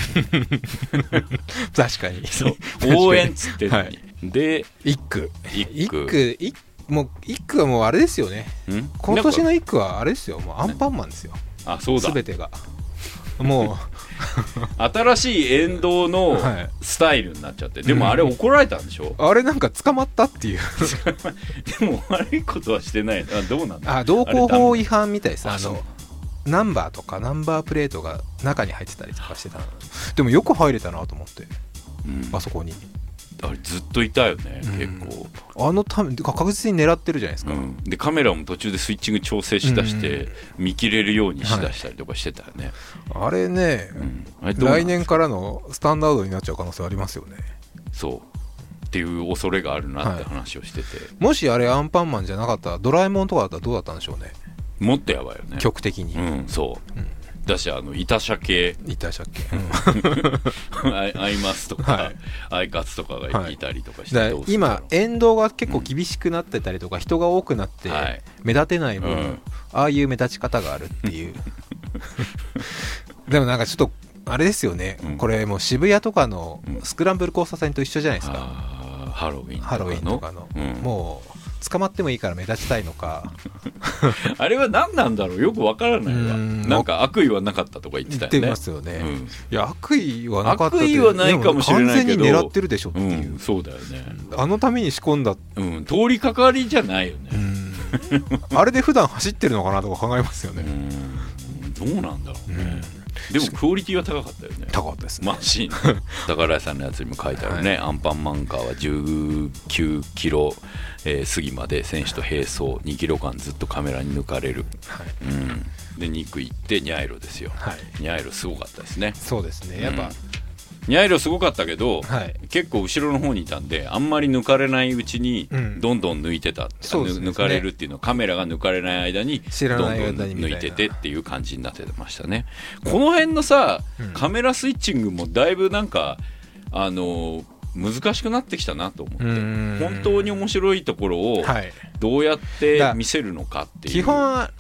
確かに。 応援っつってるのに、で一句もう一句はもうあれですよね。今年の一句はあれですよ、もうアンパンマンですよ。 あ、そうだ。 全てがもう新しい沿道のスタイルになっちゃって、でもあれ怒られたんでしょ、 あれなんか捕まったっていうでも悪いことはしてない。どうなんだ。 道交法違反みたいです。ナンバーとかナンバープレートが中に入ってたりとかしてた。でもよく入れたなと思って、あそこにあれずっといたよね、結構ため確実に狙ってるじゃないですか、 でカメラも途中でスイッチング調整しだして、見切れるようにしだしたりとかしてたよね、 あれね、来年からのスタンダードになっちゃう可能性ありますよね。 そうっていう恐れがあるなって話をしてて、 もしあれアンパンマンじゃなかったらドラえもんとかだったらどうだったんでしょうね。 もっとやばいよね、 曲的に。 そう、だし板車アイマスとか、アイカツとかがいたりとかして、 今沿道が結構厳しくなってたりとか、人が多くなって目立てない分、ああいう目立ち方があるっていうでもなんかちょっとあれですよね、これもう渋谷とかのスクランブル交差点と一緒じゃないですか。 ハロウィンとかの、もう捕まってもいいから目立ちたいのかあれは何なんだろう、よくわからないわ。なんか悪意はなかったとか言ってたよね。 言ってますよね、いや悪意はなかったって。 悪意はないかもしれないけど完全に狙ってるでしょっていう、 そうだよね。 あのために仕込んだ、 通りかかりじゃないよね、 あれで普段走ってるのかなとか考えますよね。 どうなんだろうね、でもクオリティは高かったよね。 高かったですね。 マシン宝屋さんのやつにも書いてあるね、アンパンマンカーは19キロ過ぎまで選手と並走2キロ間ずっとカメラに抜かれる、で2区行ってニャイロですよ、ニャイロすごかったですね。 そうですね、やっぱ、 ニャイロすごかったけど、結構後ろの方にいたんであんまり抜かれないうちにどんどん抜いてた、抜かれるっていうのはカメラが抜かれない間にどんどん抜いててっていう感じになってましたね。この辺のさ、カメラスイッチングもだいぶなんか難しくなってきたなと思って、本当に面白いところをどうやって見せるのかっていう、 基本は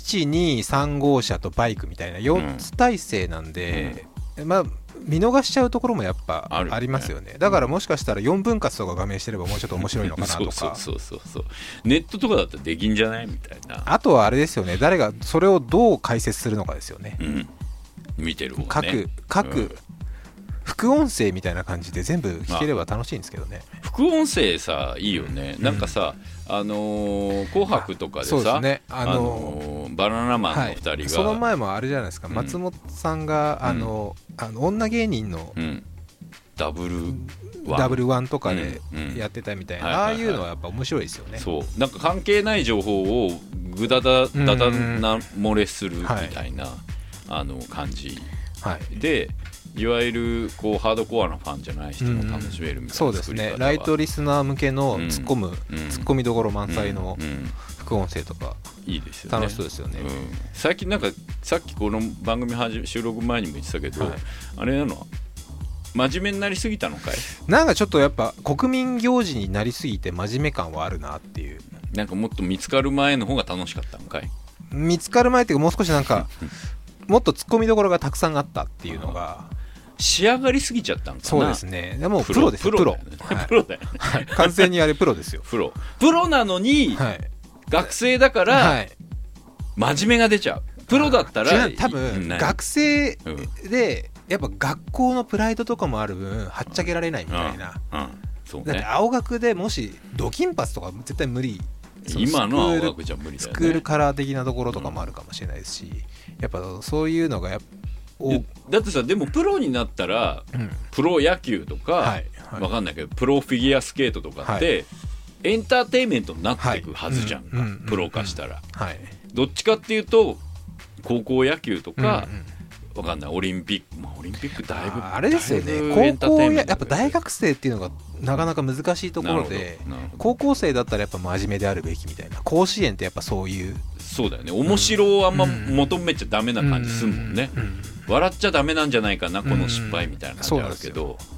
1,2,3 号車とバイクみたいな4つ体制なんで、まあ見逃しちゃうところもやっぱありますよね。だからもしかしたら4分割とか画面してればもうちょっと面白いのかなとかそうネットとかだったらできんじゃないみたいな。 あとはあれですよね、誰がそれをどう解説するのかですよね、 見てる方ね。 各副音声みたいな感じで全部聞ければ楽しいんですけどね。 副音声さいいよね、なんかさ紅白とかでさ、 そうですね、 バナナマンの2人が、 その前もあれじゃないですか、松本さんが女芸人のダブルワンとかでやってたみたいな、ああいうのはやっぱ面白いですよね。 そうなんか関係ない情報をぐだだな漏れするみたいな感じで、いわゆるこうハードコアなファンじゃない人も楽しめるみたいな、 そうですね、ライトリスナー向けの突っ込みどころ満載の副音声とかいいですよね、 楽しそうですよね。 最近なんかさっきこの番組収録前にも言ってたけど、あれなの真面目になりすぎたのかい。 なんかちょっとやっぱ国民行事になりすぎて真面目感はあるなっていう。 なんかもっと見つかる前の方が楽しかったのかい。 見つかる前っていうかもう少しなんかもっと突っ込みどころがたくさんあったっていうのが仕上がりすぎちゃったんかな。 そうですね。でもプロですよ、プロ。 プロだよね。 完全にあれプロですよ。 プロなのに、学生だから、真面目が出ちゃう。プロだったら多分学生でやっぱ学校のプライドとかもある分はっちゃけられないみたいな。だって青学でもしドキンパスとか絶対無理。 今の青学じゃ無理だよね。 スクールカラー的なところとかもあるかもしれないですし、やっぱそういうのがだってさ、でもプロになったら、プロ野球とか、わかんないけどプロフィギュアスケートとかって、エンターテインメントになっていくはずじゃんか、プロ化したら、どっちかっていうと高校野球とか、わかんないオリンピック、オリンピックだいぶあれですよね。高校やっぱ大学生っていうのがなかなか難しいところで、高校生だったらやっぱ真面目であるべきみたいな。甲子園ってやっぱそういう、 そうだよね。面白をあんま求めちゃダメな感じするもんね。笑っちゃダメなんじゃないかなこの失敗みたいな感じあるけど、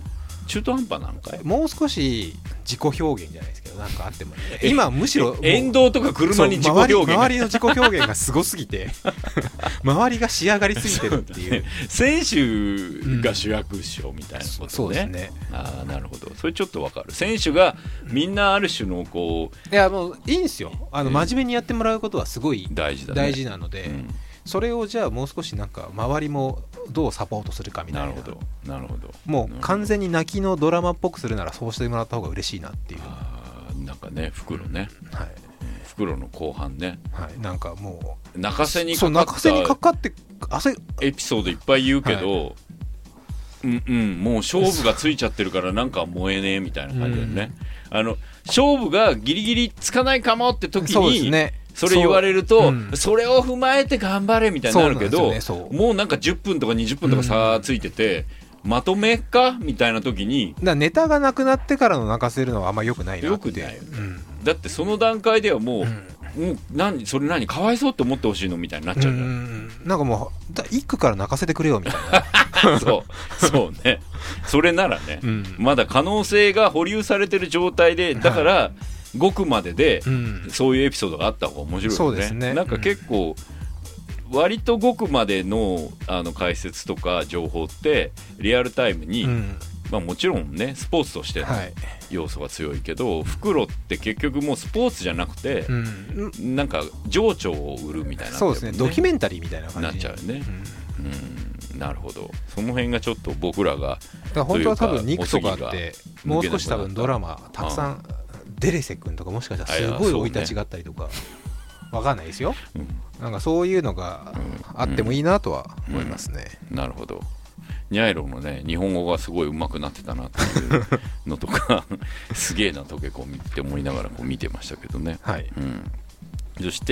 中途半端なんかい。 もう少し自己表現じゃないですけどなんかあっても、ね、今むしろ沿道とか車に自己表現周りの自己表現がすごすぎて周りが仕上がりすぎてるっていう、 ね、選手が主役っしょみたいなことね、 そうですね。 あ、なるほど、それちょっとわかる。選手がみんなある種のこう、 いやもういいんですよ、真面目にやってもらうことはすごい大事だね、 大事なので、それをじゃあもう少しなんか周りもどうサポートするかみたいな。 なるほどなるほど。 もう完全に泣きのドラマっぽくするならそうしてもらった方が嬉しいなっていう。 なんかね、袋ね、 はい、 袋の後半ね、 はい、なんかもう泣かせにかかってエピソードいっぱい言うけど、はい、もう勝負がついちゃってるからなんか燃えねえみたいな感じでね、勝負がギリギリつかないかもって時にそれ言われると それを踏まえて頑張れみたいになるけど、もうなんか10分とか20分とか差ついてて、まとめかみたいな時にネタがなくなってからの泣かせるのはあんま良くないなって。 良くないよね、だってその段階ではもう、もうそれ何かわいそうって思ってほしいのみたいになっちゃうじゃん。 なんかもう一句から泣かせてくれよみたいなそうね、それならね、まだ可能性が保留されてる状態で、だから、5区までで、そういうエピソードがあった方が面白いよね。 そうですね。 なんか結構、割と5区までの、解説とか情報ってリアルタイムに、まあ、もちろんねスポーツとしての要素が強いけど、袋って結局もうスポーツじゃなくて、なんか情緒を売るみたいな、 そうですね、ドキュメンタリーみたいな感じになっちゃうよね。なるほど、その辺がちょっと僕らが本当は多分2区とかあってもう少し多分ドラマたくさん、デレセ君とかもしかしたらすごい生い立ちがあったりとか、わかんないですよ、なんかそういうのがあってもいいなとは思いますね。 なるほど。ニャイロのね日本語がすごい上手くなってたなっていうのとかすげえな溶け込みって思いながらこう見てましたけどね、 はい、 そして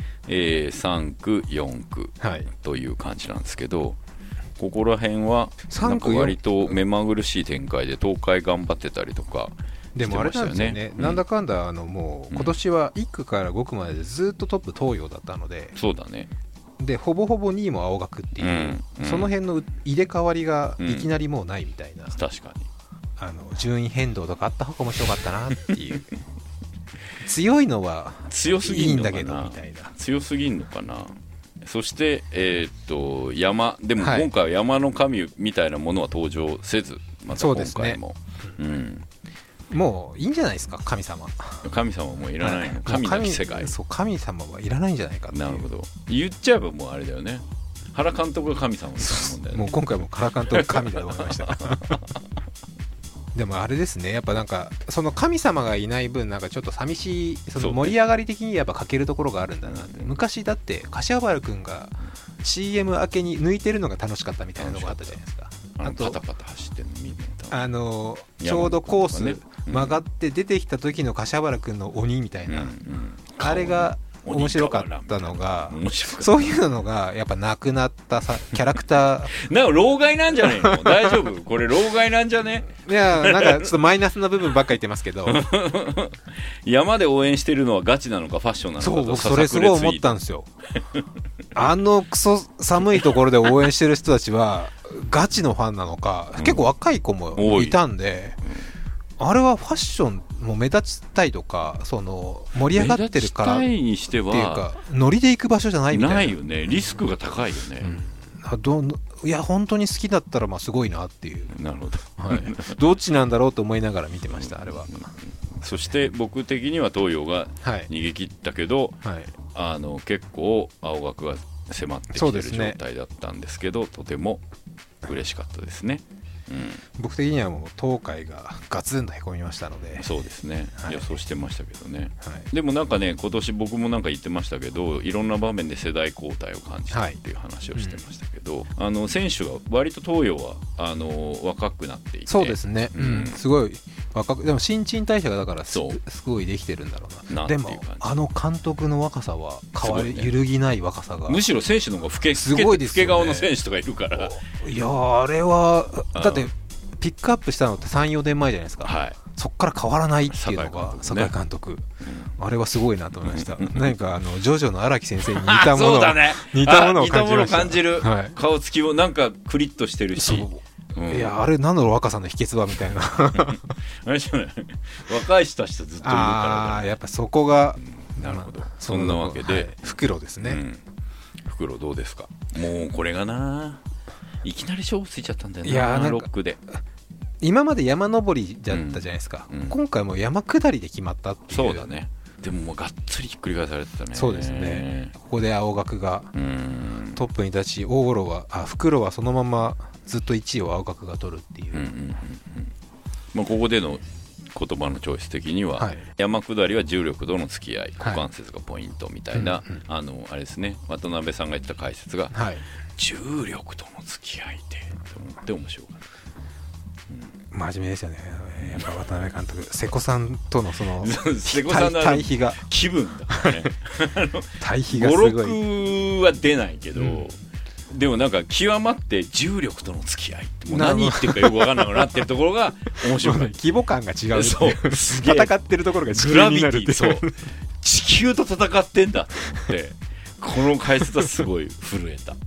、3区4区という感じなんですけど、ここら辺はなんか割と目まぐるしい展開で東海頑張ってたりとかでもあれなんですよね、なんだかんだもう今年は1区から5区まででずっとトップ東洋だったので、 そうだね、 でほぼほぼ2位も青学っていう、その辺の入れ替わりがいきなりもうないみたいな、 確かに順位変動とかあった方が面白かったなっていう強いのは強すぎんのかな、 いいんだけどみたいな、 強すぎんのかな。そして山でも今回は山の神みたいなものは登場せず、また今回も、もういいんじゃないですか、神様もいらないの、神なき世界、そう神様はいらないんじゃないかっていう。なるほど、言っちゃえばもうあれだよね、原監督が神様みたいなもんだよね。もう今回も原監督神だと思いましたでもあれですね、やっぱなんかその神様がいない分なんかちょっと寂しい、その盛り上がり的にやっぱ欠けるところがあるんだなって、昔だって柏原くんが CM 明けに抜いてるのが楽しかったみたいなのがあったじゃないですか。あとパタパタ走ってるの見るのちょうどコース曲がって出てきた時の柏原くんの鬼みたいな、あれが面白かったのが、そういうのがやっぱなくなったさキャラクターなんか老害なんじゃないの大丈夫これ老害なんじゃね。いやなんかちょっとマイナスな部分ばっかり言ってますけど山で応援してるのはガチなのかファッションなのかと、そう僕それすごい思ったんですよクソ寒いところで応援してる人たちはガチのファンなのか、結構若い子もいたんで、あれはファッションも目立ちたいとか、その盛り上がってるからっていうかノリで行く場所じゃないみたいな、ないよね、リスクが高いよね、いや本当に好きだったらまあすごいなっていう。なるほど、はい、どっちなんだろうと思いながら見てましたあれは。そして僕的には東洋が逃げ切ったけど、結構青学が迫ってきてる状態だったんですけど、とても嬉しかったですね。僕的にはもう東海がガツンとへこみましたので、そうですね、予想してましたけどね、でもなんかね今年僕もなんか言ってましたけど、いろんな場面で世代交代を感じたっていう話をしてましたけど、選手が割と東洋は若くなっていて、そうですね、すごい若く、でも新陳代謝がだからすごいできてるんだろうな。でも監督の若さは揺るぎない若さが、むしろ選手の方が老け顔の選手とかいるから、いやあれはだってピックアップしたのって 3,4 年前じゃないですか、そっから変わらないっていうのが酒井監督、あれはすごいなと思いました何かジョジョの荒木先生に似たものを、似たものを感じる、顔つきもなんかクリッとしてるし、 いやあれなんだろう若さの秘訣はみたいなあれじゃない若い人たちとずっといるから、 やっぱそこが、 なるほど。そんなわけで、 袋ですね、 袋どうですか。もうこれがないきなり勝負ついちゃったんだよな。 いやロックで今まで山登りだったじゃないですか、今回も山下りで決まったっていう。 そうだね。でももうがっつりひっくり返されてたね。 そうですね。ここで青学がトップに立ち、袋はそのままずっと1位を青学が取るっていう、 まあ、ここでの言葉のチョイス的には、山下りは重力との付き合い、股関節がポイントみたいな、あれですね、渡辺さんが言った解説が、重力との付き合いでと思って面白かった。 真面目ですよね。やっぱ渡辺監督、瀬古さんとのその瀬古さんの対比が気分だからね対比がすごい。 56は出ないけど、でもなんか極まって重力との付き合いってもう何言ってるかよく分かんなくなってるところが面白い規模感が違う。 そうすげえ戦ってるところが地球になるって。 そう地球と戦ってんだと思ってこの解説はすごい震えた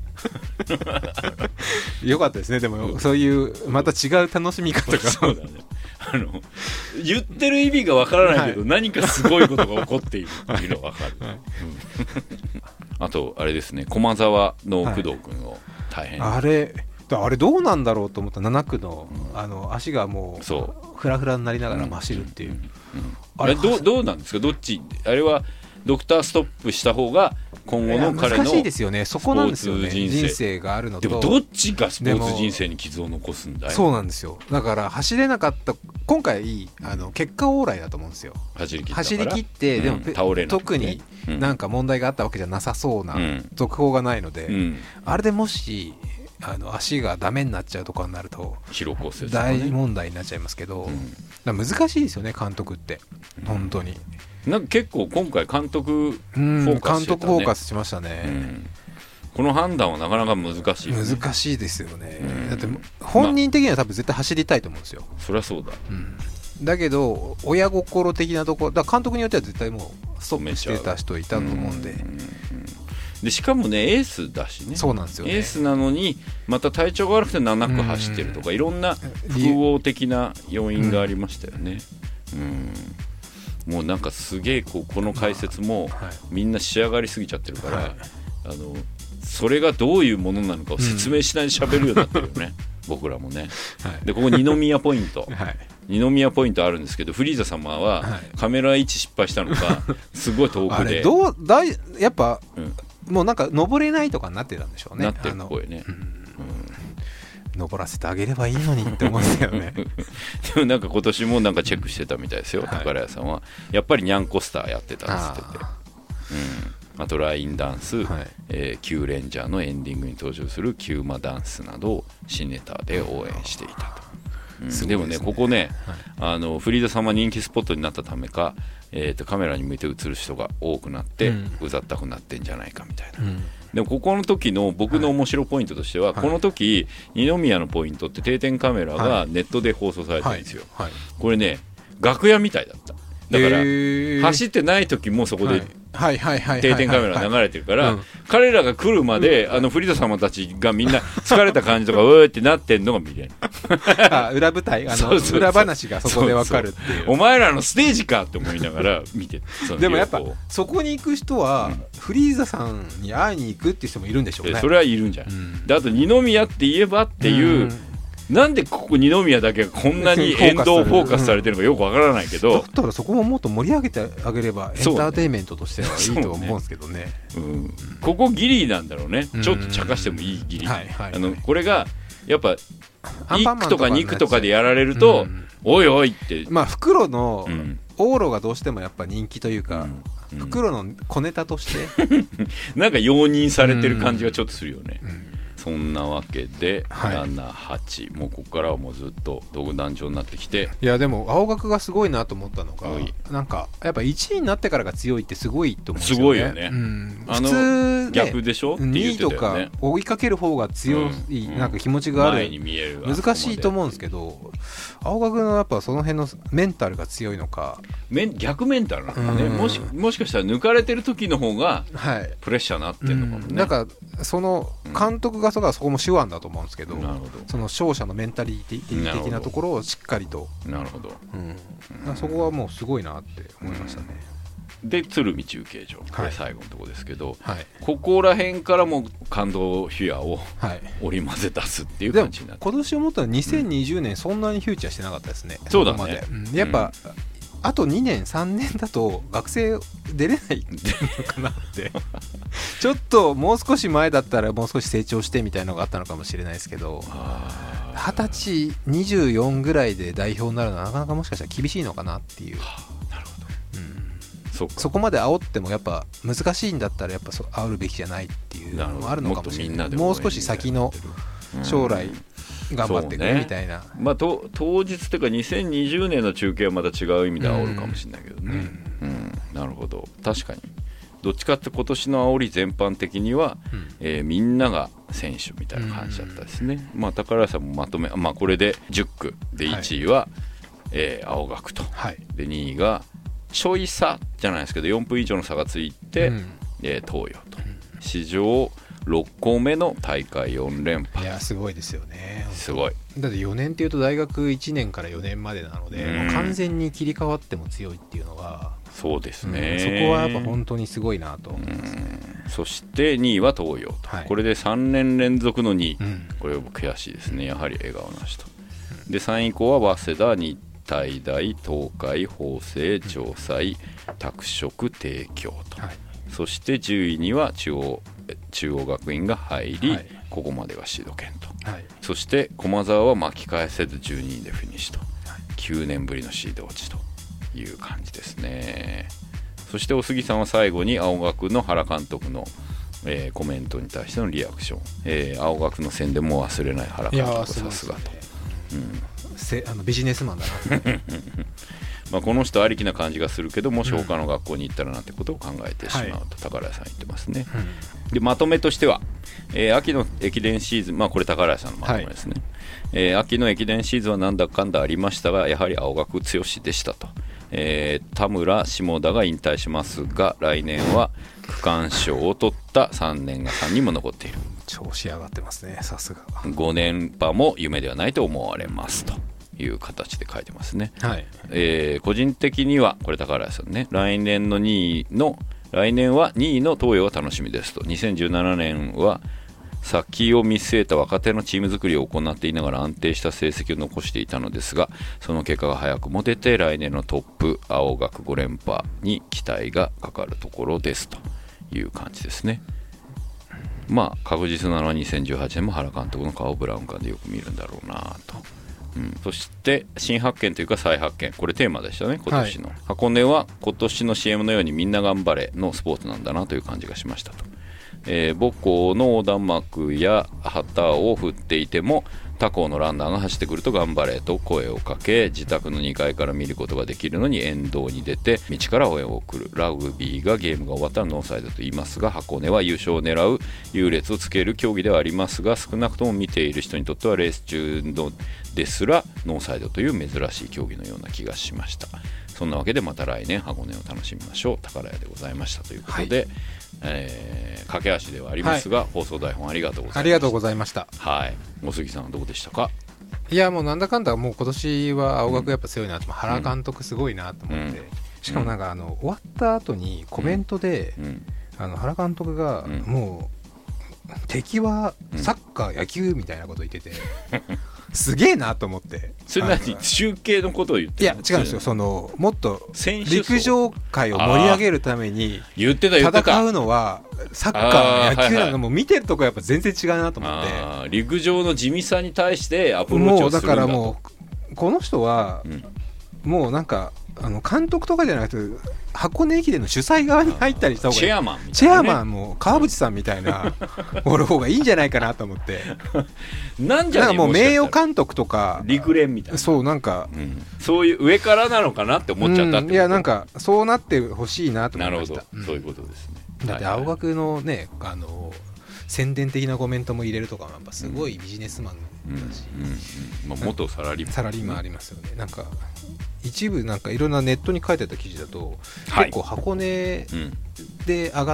よかったですね。でもそういうまた違う楽しみ方がそうだね。言ってる意味がわからないけど、何かすごいことが起こっているっていうのがわかる、あとあれですね、駒沢の工藤君を大変、 あれどうなんだろうと思った。7区の、足がもうフラフラになりながら走るっていう、 あれどうなんですか。どっちあれはドクターストップした方が今後の彼の難しいですよね。そこなんですよね。人生があるのと。 でもどっちがスポーツ人生に傷を残すんだよ。 そうなんですよ。だから走れなかった今回結果オーライだと思うんですよ。走り切って、でも倒れなくて特になんか問題があったわけじゃなさそうな、続報がないので、あれでもし足がダメになっちゃうとかになると疲労骨折、 大問題になっちゃいますけど、難しいですよね監督って本当に。 なんか結構今回監督フォーカスしてたね。監督フォーカスしましたね、 この判断はなかなか難しいよね。 難しいですよね、だって本人的には多分絶対走りたいと思うんですよ。 そりゃそうだ、 だけど親心的なところだから監督によっては絶対もうストップしてた人いたと思うんで、 でしかもねエースだしね。 そうなんですよね。 エースなのにまた体調が悪くて7区走ってるとか、いろんな複合的な要因がありましたよね。もうなんかすげえこの解説もみんな仕上がりすぎちゃってるから、それがどういうものなのかを説明しないで喋るようになってるよね、僕らもね。でここ二宮ポイント、二宮ポイントあるんですけど、フリーザ様はカメラ位置失敗したのかすごい遠くでやっぱ、もうなんか登れないとかになってたんでしょうね。 なってるっぽいね。 登らせてあげればいいのにって思うんですよねでもなんか今年もなんかチェックしてたみたいですよ、宝屋さんは。やっぱりニャンコスターやってたっつってて、あとラインダンス、キューレンジャーのエンディングに登場するキューマダンスなどを新ネタで応援していたと。でもねここね、フリーザ様人気スポットになったためか、カメラに向いて映る人が多くなって、うざったくなってんじゃないかみたいな、でもここの時の僕の面白ポイントとしては、この時二宮のポイントって定点カメラがネットで放送されてるんですよ、これね楽屋みたいだった。だから走ってない時もそこで定点カメラ流れてるから、彼らが来るまでフリーザ様たちがみんな疲れた感じとかうーってなってんのが見れる裏舞台裏話がそこで分かるっていう。 お前らのステージかって思いながら見てでもやっぱそこに行く人は、フリーザさんに会いに行くっていう人もいるんでしょうね。 それはいるんじゃない、であと二宮って言えばっていう、なんでここ二宮だけがこんなに沿道フォーカスされてるのかよくわからないけど、 だったらそこももっと盛り上げてあげればエンターテインメントとしてはいいと思うんですけどね。 ここギリなんだろうね。ちょっと茶化してもいいギリ、これがやっぱ1区とか2区とかでやられると、おいおいって、 袋の往路がどうしてもやっぱ人気というか、袋の小ネタとしてなんか容認されてる感じがちょっとするよね。そんなわけで、7、8もうここからはもうずっと道具団長になってきて、 いやでも青学がすごいなと思ったのが、なんかやっぱ1位になってからが強いってすごいと思うんですよね。 すごいよね、 普通ね逆でしょって言ってたよね。 2位とか追いかける方が強い、なんか気持ちがある、 前に見える難しいと思うんですけど、青学のやっぱその辺のメンタルが強いのか、 逆メンタルなのね、もしかしたら抜かれてる時の方がプレッシャーになってるのかもね。 なんかその監督がそこも手腕だと思うんですけど、 なるほど、 その勝者のメンタリティ的なところをしっかりと、 なるほど、 そこはもうすごいなって思いましたね。 で鶴見中継所、これ最後のところですけど、 はい、 ここら辺からも感動フィアを織り交ぜ出すっていう感じになって、 今年思ったのは2020年そんなにフューチャーしてなかったですね、 そうだね、 ここまで、やっぱ、あと2年3年だと学生出れないのかなってちょっともう少し前だったらもう少し成長してみたいなのがあったのかもしれないですけど、20歳24ぐらいで代表になるのはなかなかもしかしたら厳しいのかなっていう。 なるほど、 そこまで煽ってもやっぱ難しいんだったらやっぱ煽るべきじゃないっていうのもあるのかもしれない。もう少し先の将来頑張っていくみたいな、 当日というか2020年の中継はまた違う意味で煽るかもしれないけどね、なるほど、確かにどっちかって今年の煽り全般的には、みんなが選手みたいな感じだったですね、宝屋さんもまとめ、これで10区で1位は、青学と、で2位がちょい差じゃないですけど4分以上の差がついて、東洋と、史上6校目の大会4連覇。 いやすごいですよね、 すごい。 だって4年っていうと大学1年から4年までなので、もう完全に切り替わっても強いっていうのは、 そうですね、 そこはやっぱ本当にすごいなと思いますね。 そして2位は東洋と、これで3年連続の2位、これは悔しいですね、やはり笑顔なしと、で3位以降は早稲田、日体大、東海、法政、城西、拓殖、帝京と、そして10位には中央学院が入り、ここまでがシード権と、そして駒澤は巻き返せず12位でフィニッシュと、9年ぶりのシード落ちという感じですね。そしてお杉さんは最後に青学の原監督の、コメントに対してのリアクション、青学の宣伝も忘れない原監督、さすがと、 ビジネスマンだなこの人ありきな感じがするけども、し他の学校に行ったらなんてことを考えてしまうと宝屋さん言ってますね、でまとめとしては、秋の駅伝シーズン、これ宝屋さんのまとめですね、秋の駅伝シーズンはなんだかんだありましたが、やはり青学強しでしたと、田村、下田が引退しますが、来年は区間賞を取った3年が3人も残っている。 調子上がってますね、さすが。 5連覇も夢ではないと思われますという形で書いてますね、個人的にはこれ宝屋さんね、来年は2位の東洋が楽しみですと、2017年は先を見据えた若手のチーム作りを行っていながら安定した成績を残していたのですが、その結果が早くも出て、来年のトップ青学5連覇に期待がかかるところですという感じですね。確実なのは2018年も原監督の顔をブラウン管でよく見るんだろうなと、そして新発見というか再発見、これテーマでしたね今年の、箱根は今年の CM のようにみんな頑張れのスポーツなんだなという感じがしましたと、母校の横断幕や旗を振っていても他校のランナーが走ってくると頑張れと声をかけ、自宅の2階から見ることができるのに沿道に出て道から応援を送る。ラグビーがゲームが終わったらノーサイドと言いますが、箱根は優勝を狙う優劣をつける競技ではありますが、少なくとも見ている人にとってはレース中のですらノーサイドという珍しい競技のような気がしました。そんなわけでまた来年箱根を楽しみましょう。宝屋でございましたということで、駆け足ではありますが、放送台本ありがとうございました。 ありがとうございました。 お杉さんはどうでしたか？ いやもうなんだかんだもう今年は青学やっぱ強いなと、原監督すごいなと思って、しかもなんか終わった後にコメントで、原監督がもう敵はサッカー野球みたいなこと言っててすげえなと思って。 それ何中継のことを言ってるの？ いや違うんですよ、そのもっと陸上界を盛り上げるために戦うのはサッカー野球なのも見てるとこやっぱ全然違うなと思って、 陸上の地味さに対してアプローチをするんだと。 もうだからもうこの人はもうなんか監督とかじゃなくて箱根駅伝の主催側に入ったりした方がいい。 チェアマンみたいな、ね、 チェアマンも川淵さんみたいなおる方がいいんじゃないかなと思ってなんじゃねえ、 なんかもう名誉監督とか陸連みたいな、 そうなんか、 そういう上からなのかなって思っちゃったって、 いやなんかそうなってほしいなと思いました。 なるほど、そういうことですね。 だって青学のね宣伝的なコメントも入れるとかもやっぱすごいビジネスマンだし、 元サラリーマンありますよね。なんか一部なんかいろんなネットに書いてあった記事だと、結構箱根で上がっ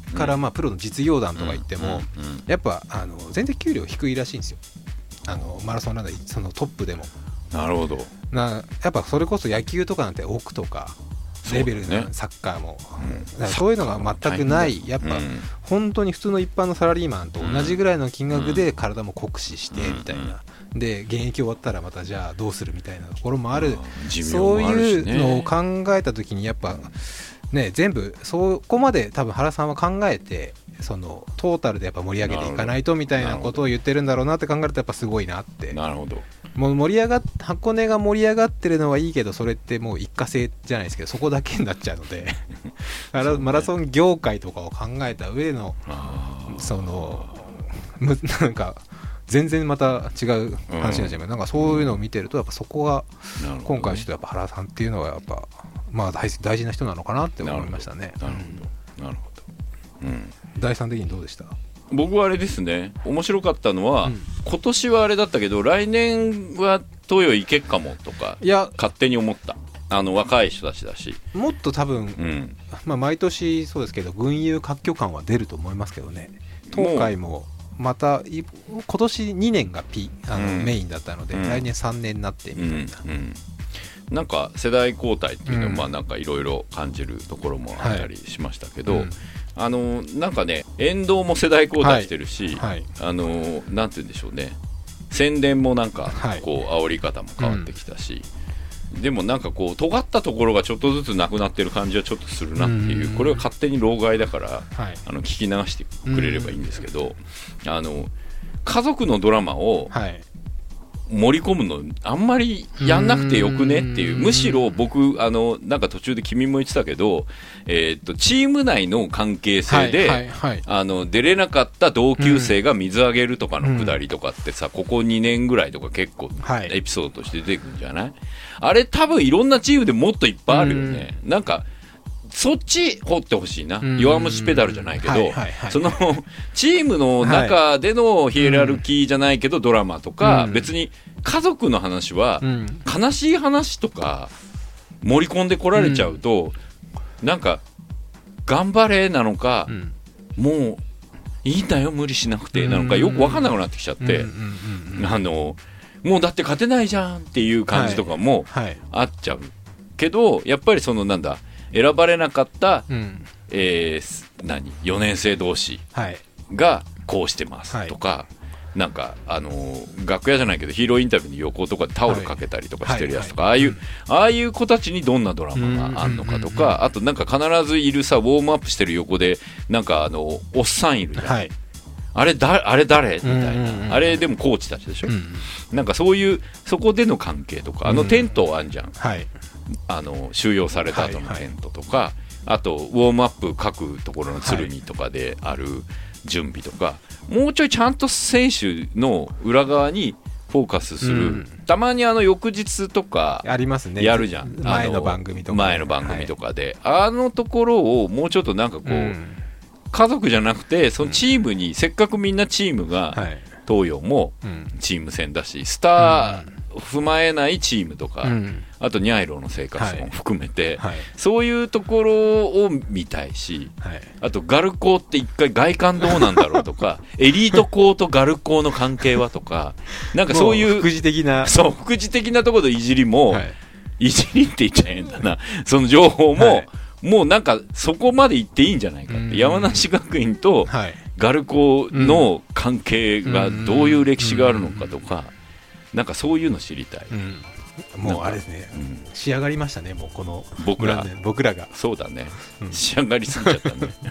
からまあプロの実業団とか行っても、やっぱ全然給料低いらしいんですよ、マラソンランナーそのトップでも。 なるほど。 やっぱそれこそ野球とかなんて億とかレベルのサッカーも、だからそういうのが全くない、やっぱ本当に普通の一般のサラリーマンと同じぐらいの金額で体も酷使してみたいな、で現役終わったらまたじゃあどうするみたいなところもある、そういうのを考えた時にやっぱね、全部そこまで多分原さんは考えて、そのトータルでやっぱ盛り上げていかないとみたいなことを言ってるんだろうなって考えるとやっぱすごいなって。 なるほど。 もう箱根が盛り上がってるのはいいけど、それってもう一過性じゃないですけど、そこだけになっちゃうのでマラソン業界とかを考えた上のそのなんか全然また違う話になっちゃう、なんかそういうのを見てるとやっぱそこが今回ちょっとやっぱ原さんっていうのはやっぱまあ大事な人なのかなって思いましたね。 なるほど、なるほど。 第3的にどうでした？ 僕はあれですね、面白かったのは、今年はあれだったけど来年は東洋行けっかもとか勝手に思った。若い人たちだし、もっと多分、 まあ、毎年そうですけど群雄割拠感は出ると思いますけどね。東海もまた今年2年がメインだったので、来年3年になってみたいな、 なんか世代交代っていうのはまあなんかいろいろ感じるところもあったりしましたけど、なんかね、沿道も世代交代してるし、なんて言うんでしょうね、宣伝もなんかこう煽り方も変わってきたし、でもなんかこう尖ったところがちょっとずつなくなってる感じはちょっとするなっていう、これは勝手に老害だから聞き流してくれればいいんですけど、家族のドラマを盛り込むのあんまりやんなくてよくねっていう、むしろ僕なんか途中で君も言ってたけど、チーム内の関係性で、出れなかった同級生が水あげるとかのくだりとかってさ、ここ2年ぐらいとか結構エピソードとして出てくるんじゃない？あれ多分いろんなチームでもっといっぱいあるよね。なんかそっち掘ってほしいな、弱虫ペダルじゃないけど、そのチームの中でのヒエラルキーじゃないけどドラマとか、別に家族の話は悲しい話とか盛り込んでこられちゃうと、なんか頑張れなのか、もういいんだよ無理しなくてなのかよく分かんなくなってきちゃって、もうだって勝てないじゃんっていう感じとかもあっちゃうけど、やっぱりそのなんだ選ばれなかった、4年生同士がこうしてますとか、なんか楽屋じゃないけどヒーローインタビューに横とかでタオルかけたりとかしてるやつとか、ああいう子たちにどんなドラマがあるのかとか、あとなんか必ずいるさウォームアップしてる横でなんかおっさんいるじゃん、あれ誰みたいな、あれでもコーチたちでしょ、なんかそういうそこでの関係とか、テントあんじゃん、収容された後のテントとか、あとウォームアップ各ところの鶴見とかである準備とか、もうちょいちゃんと選手の裏側にフォーカスする、たまに翌日とかありますね、 やるじゃん、 前の番組とかで、ところをもうちょっとなんかこう、家族じゃなくてそのチームに、せっかくみんなチームが、東洋もチーム戦だし、スター踏まえないチームとか、あとニャイロの生活も含めて、そういうところを見たいし、あとガル校って一回外観どうなんだろうとかエリート校とガル校の関係はとか、なんかそういう副次的なところのいじりも、いじりって言っちゃえんだな、その情報も、もうなんかそこまで行っていいんじゃないかって、山梨学院とガル校の関係がどういう歴史があるのかとか、なんかそういうの知りたい、 もうあれですね、仕上がりましたね、もうこの僕らがそうだね、仕上がりすぎちゃったね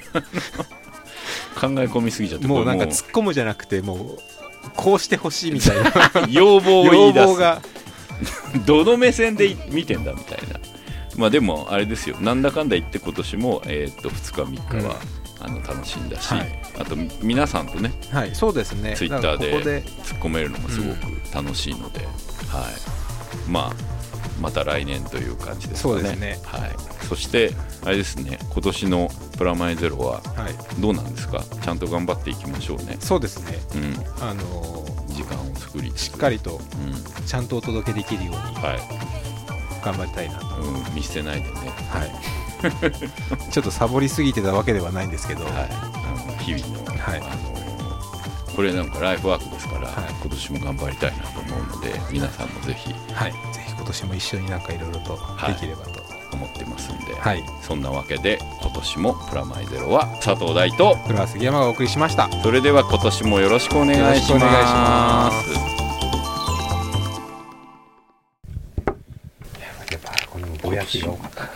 考え込みすぎちゃって、 もうなんか突っ込むじゃなくて、もうこうしてほしいみたいな要望を言い出すどの目線で見てんだみたいな。まあでもあれですよ、なんだかんだ言って今年も、2日3日は、楽しんだし、あと皆さんとね、 そうですね、 ツイッターで突っ込めるのもすごく楽しいので、また来年という感じですかね。 そうですね、 そしてあれですね、今年のプラマイゼロはどうなんですか、ちゃんと頑張っていきましょうね。 そうですね、 時間を作りしっかりとちゃんとお届けできるように頑張りたいなと、 見捨てないでね。 ちょっとサボりすぎてたわけではないんですけど、 日々の、 はい、 これなんかライフワークですから、今年も頑張りたいなと思うので、皆さんもぜひ、ぜひ今年も一緒になんかいろいろとできればと、 思ってますんで、そんなわけで今年もプラマイゼロは佐藤大と古川杉山がお送りしました。 それでは今年もよろしくお願いします。 やっぱこのぼやきが多かった。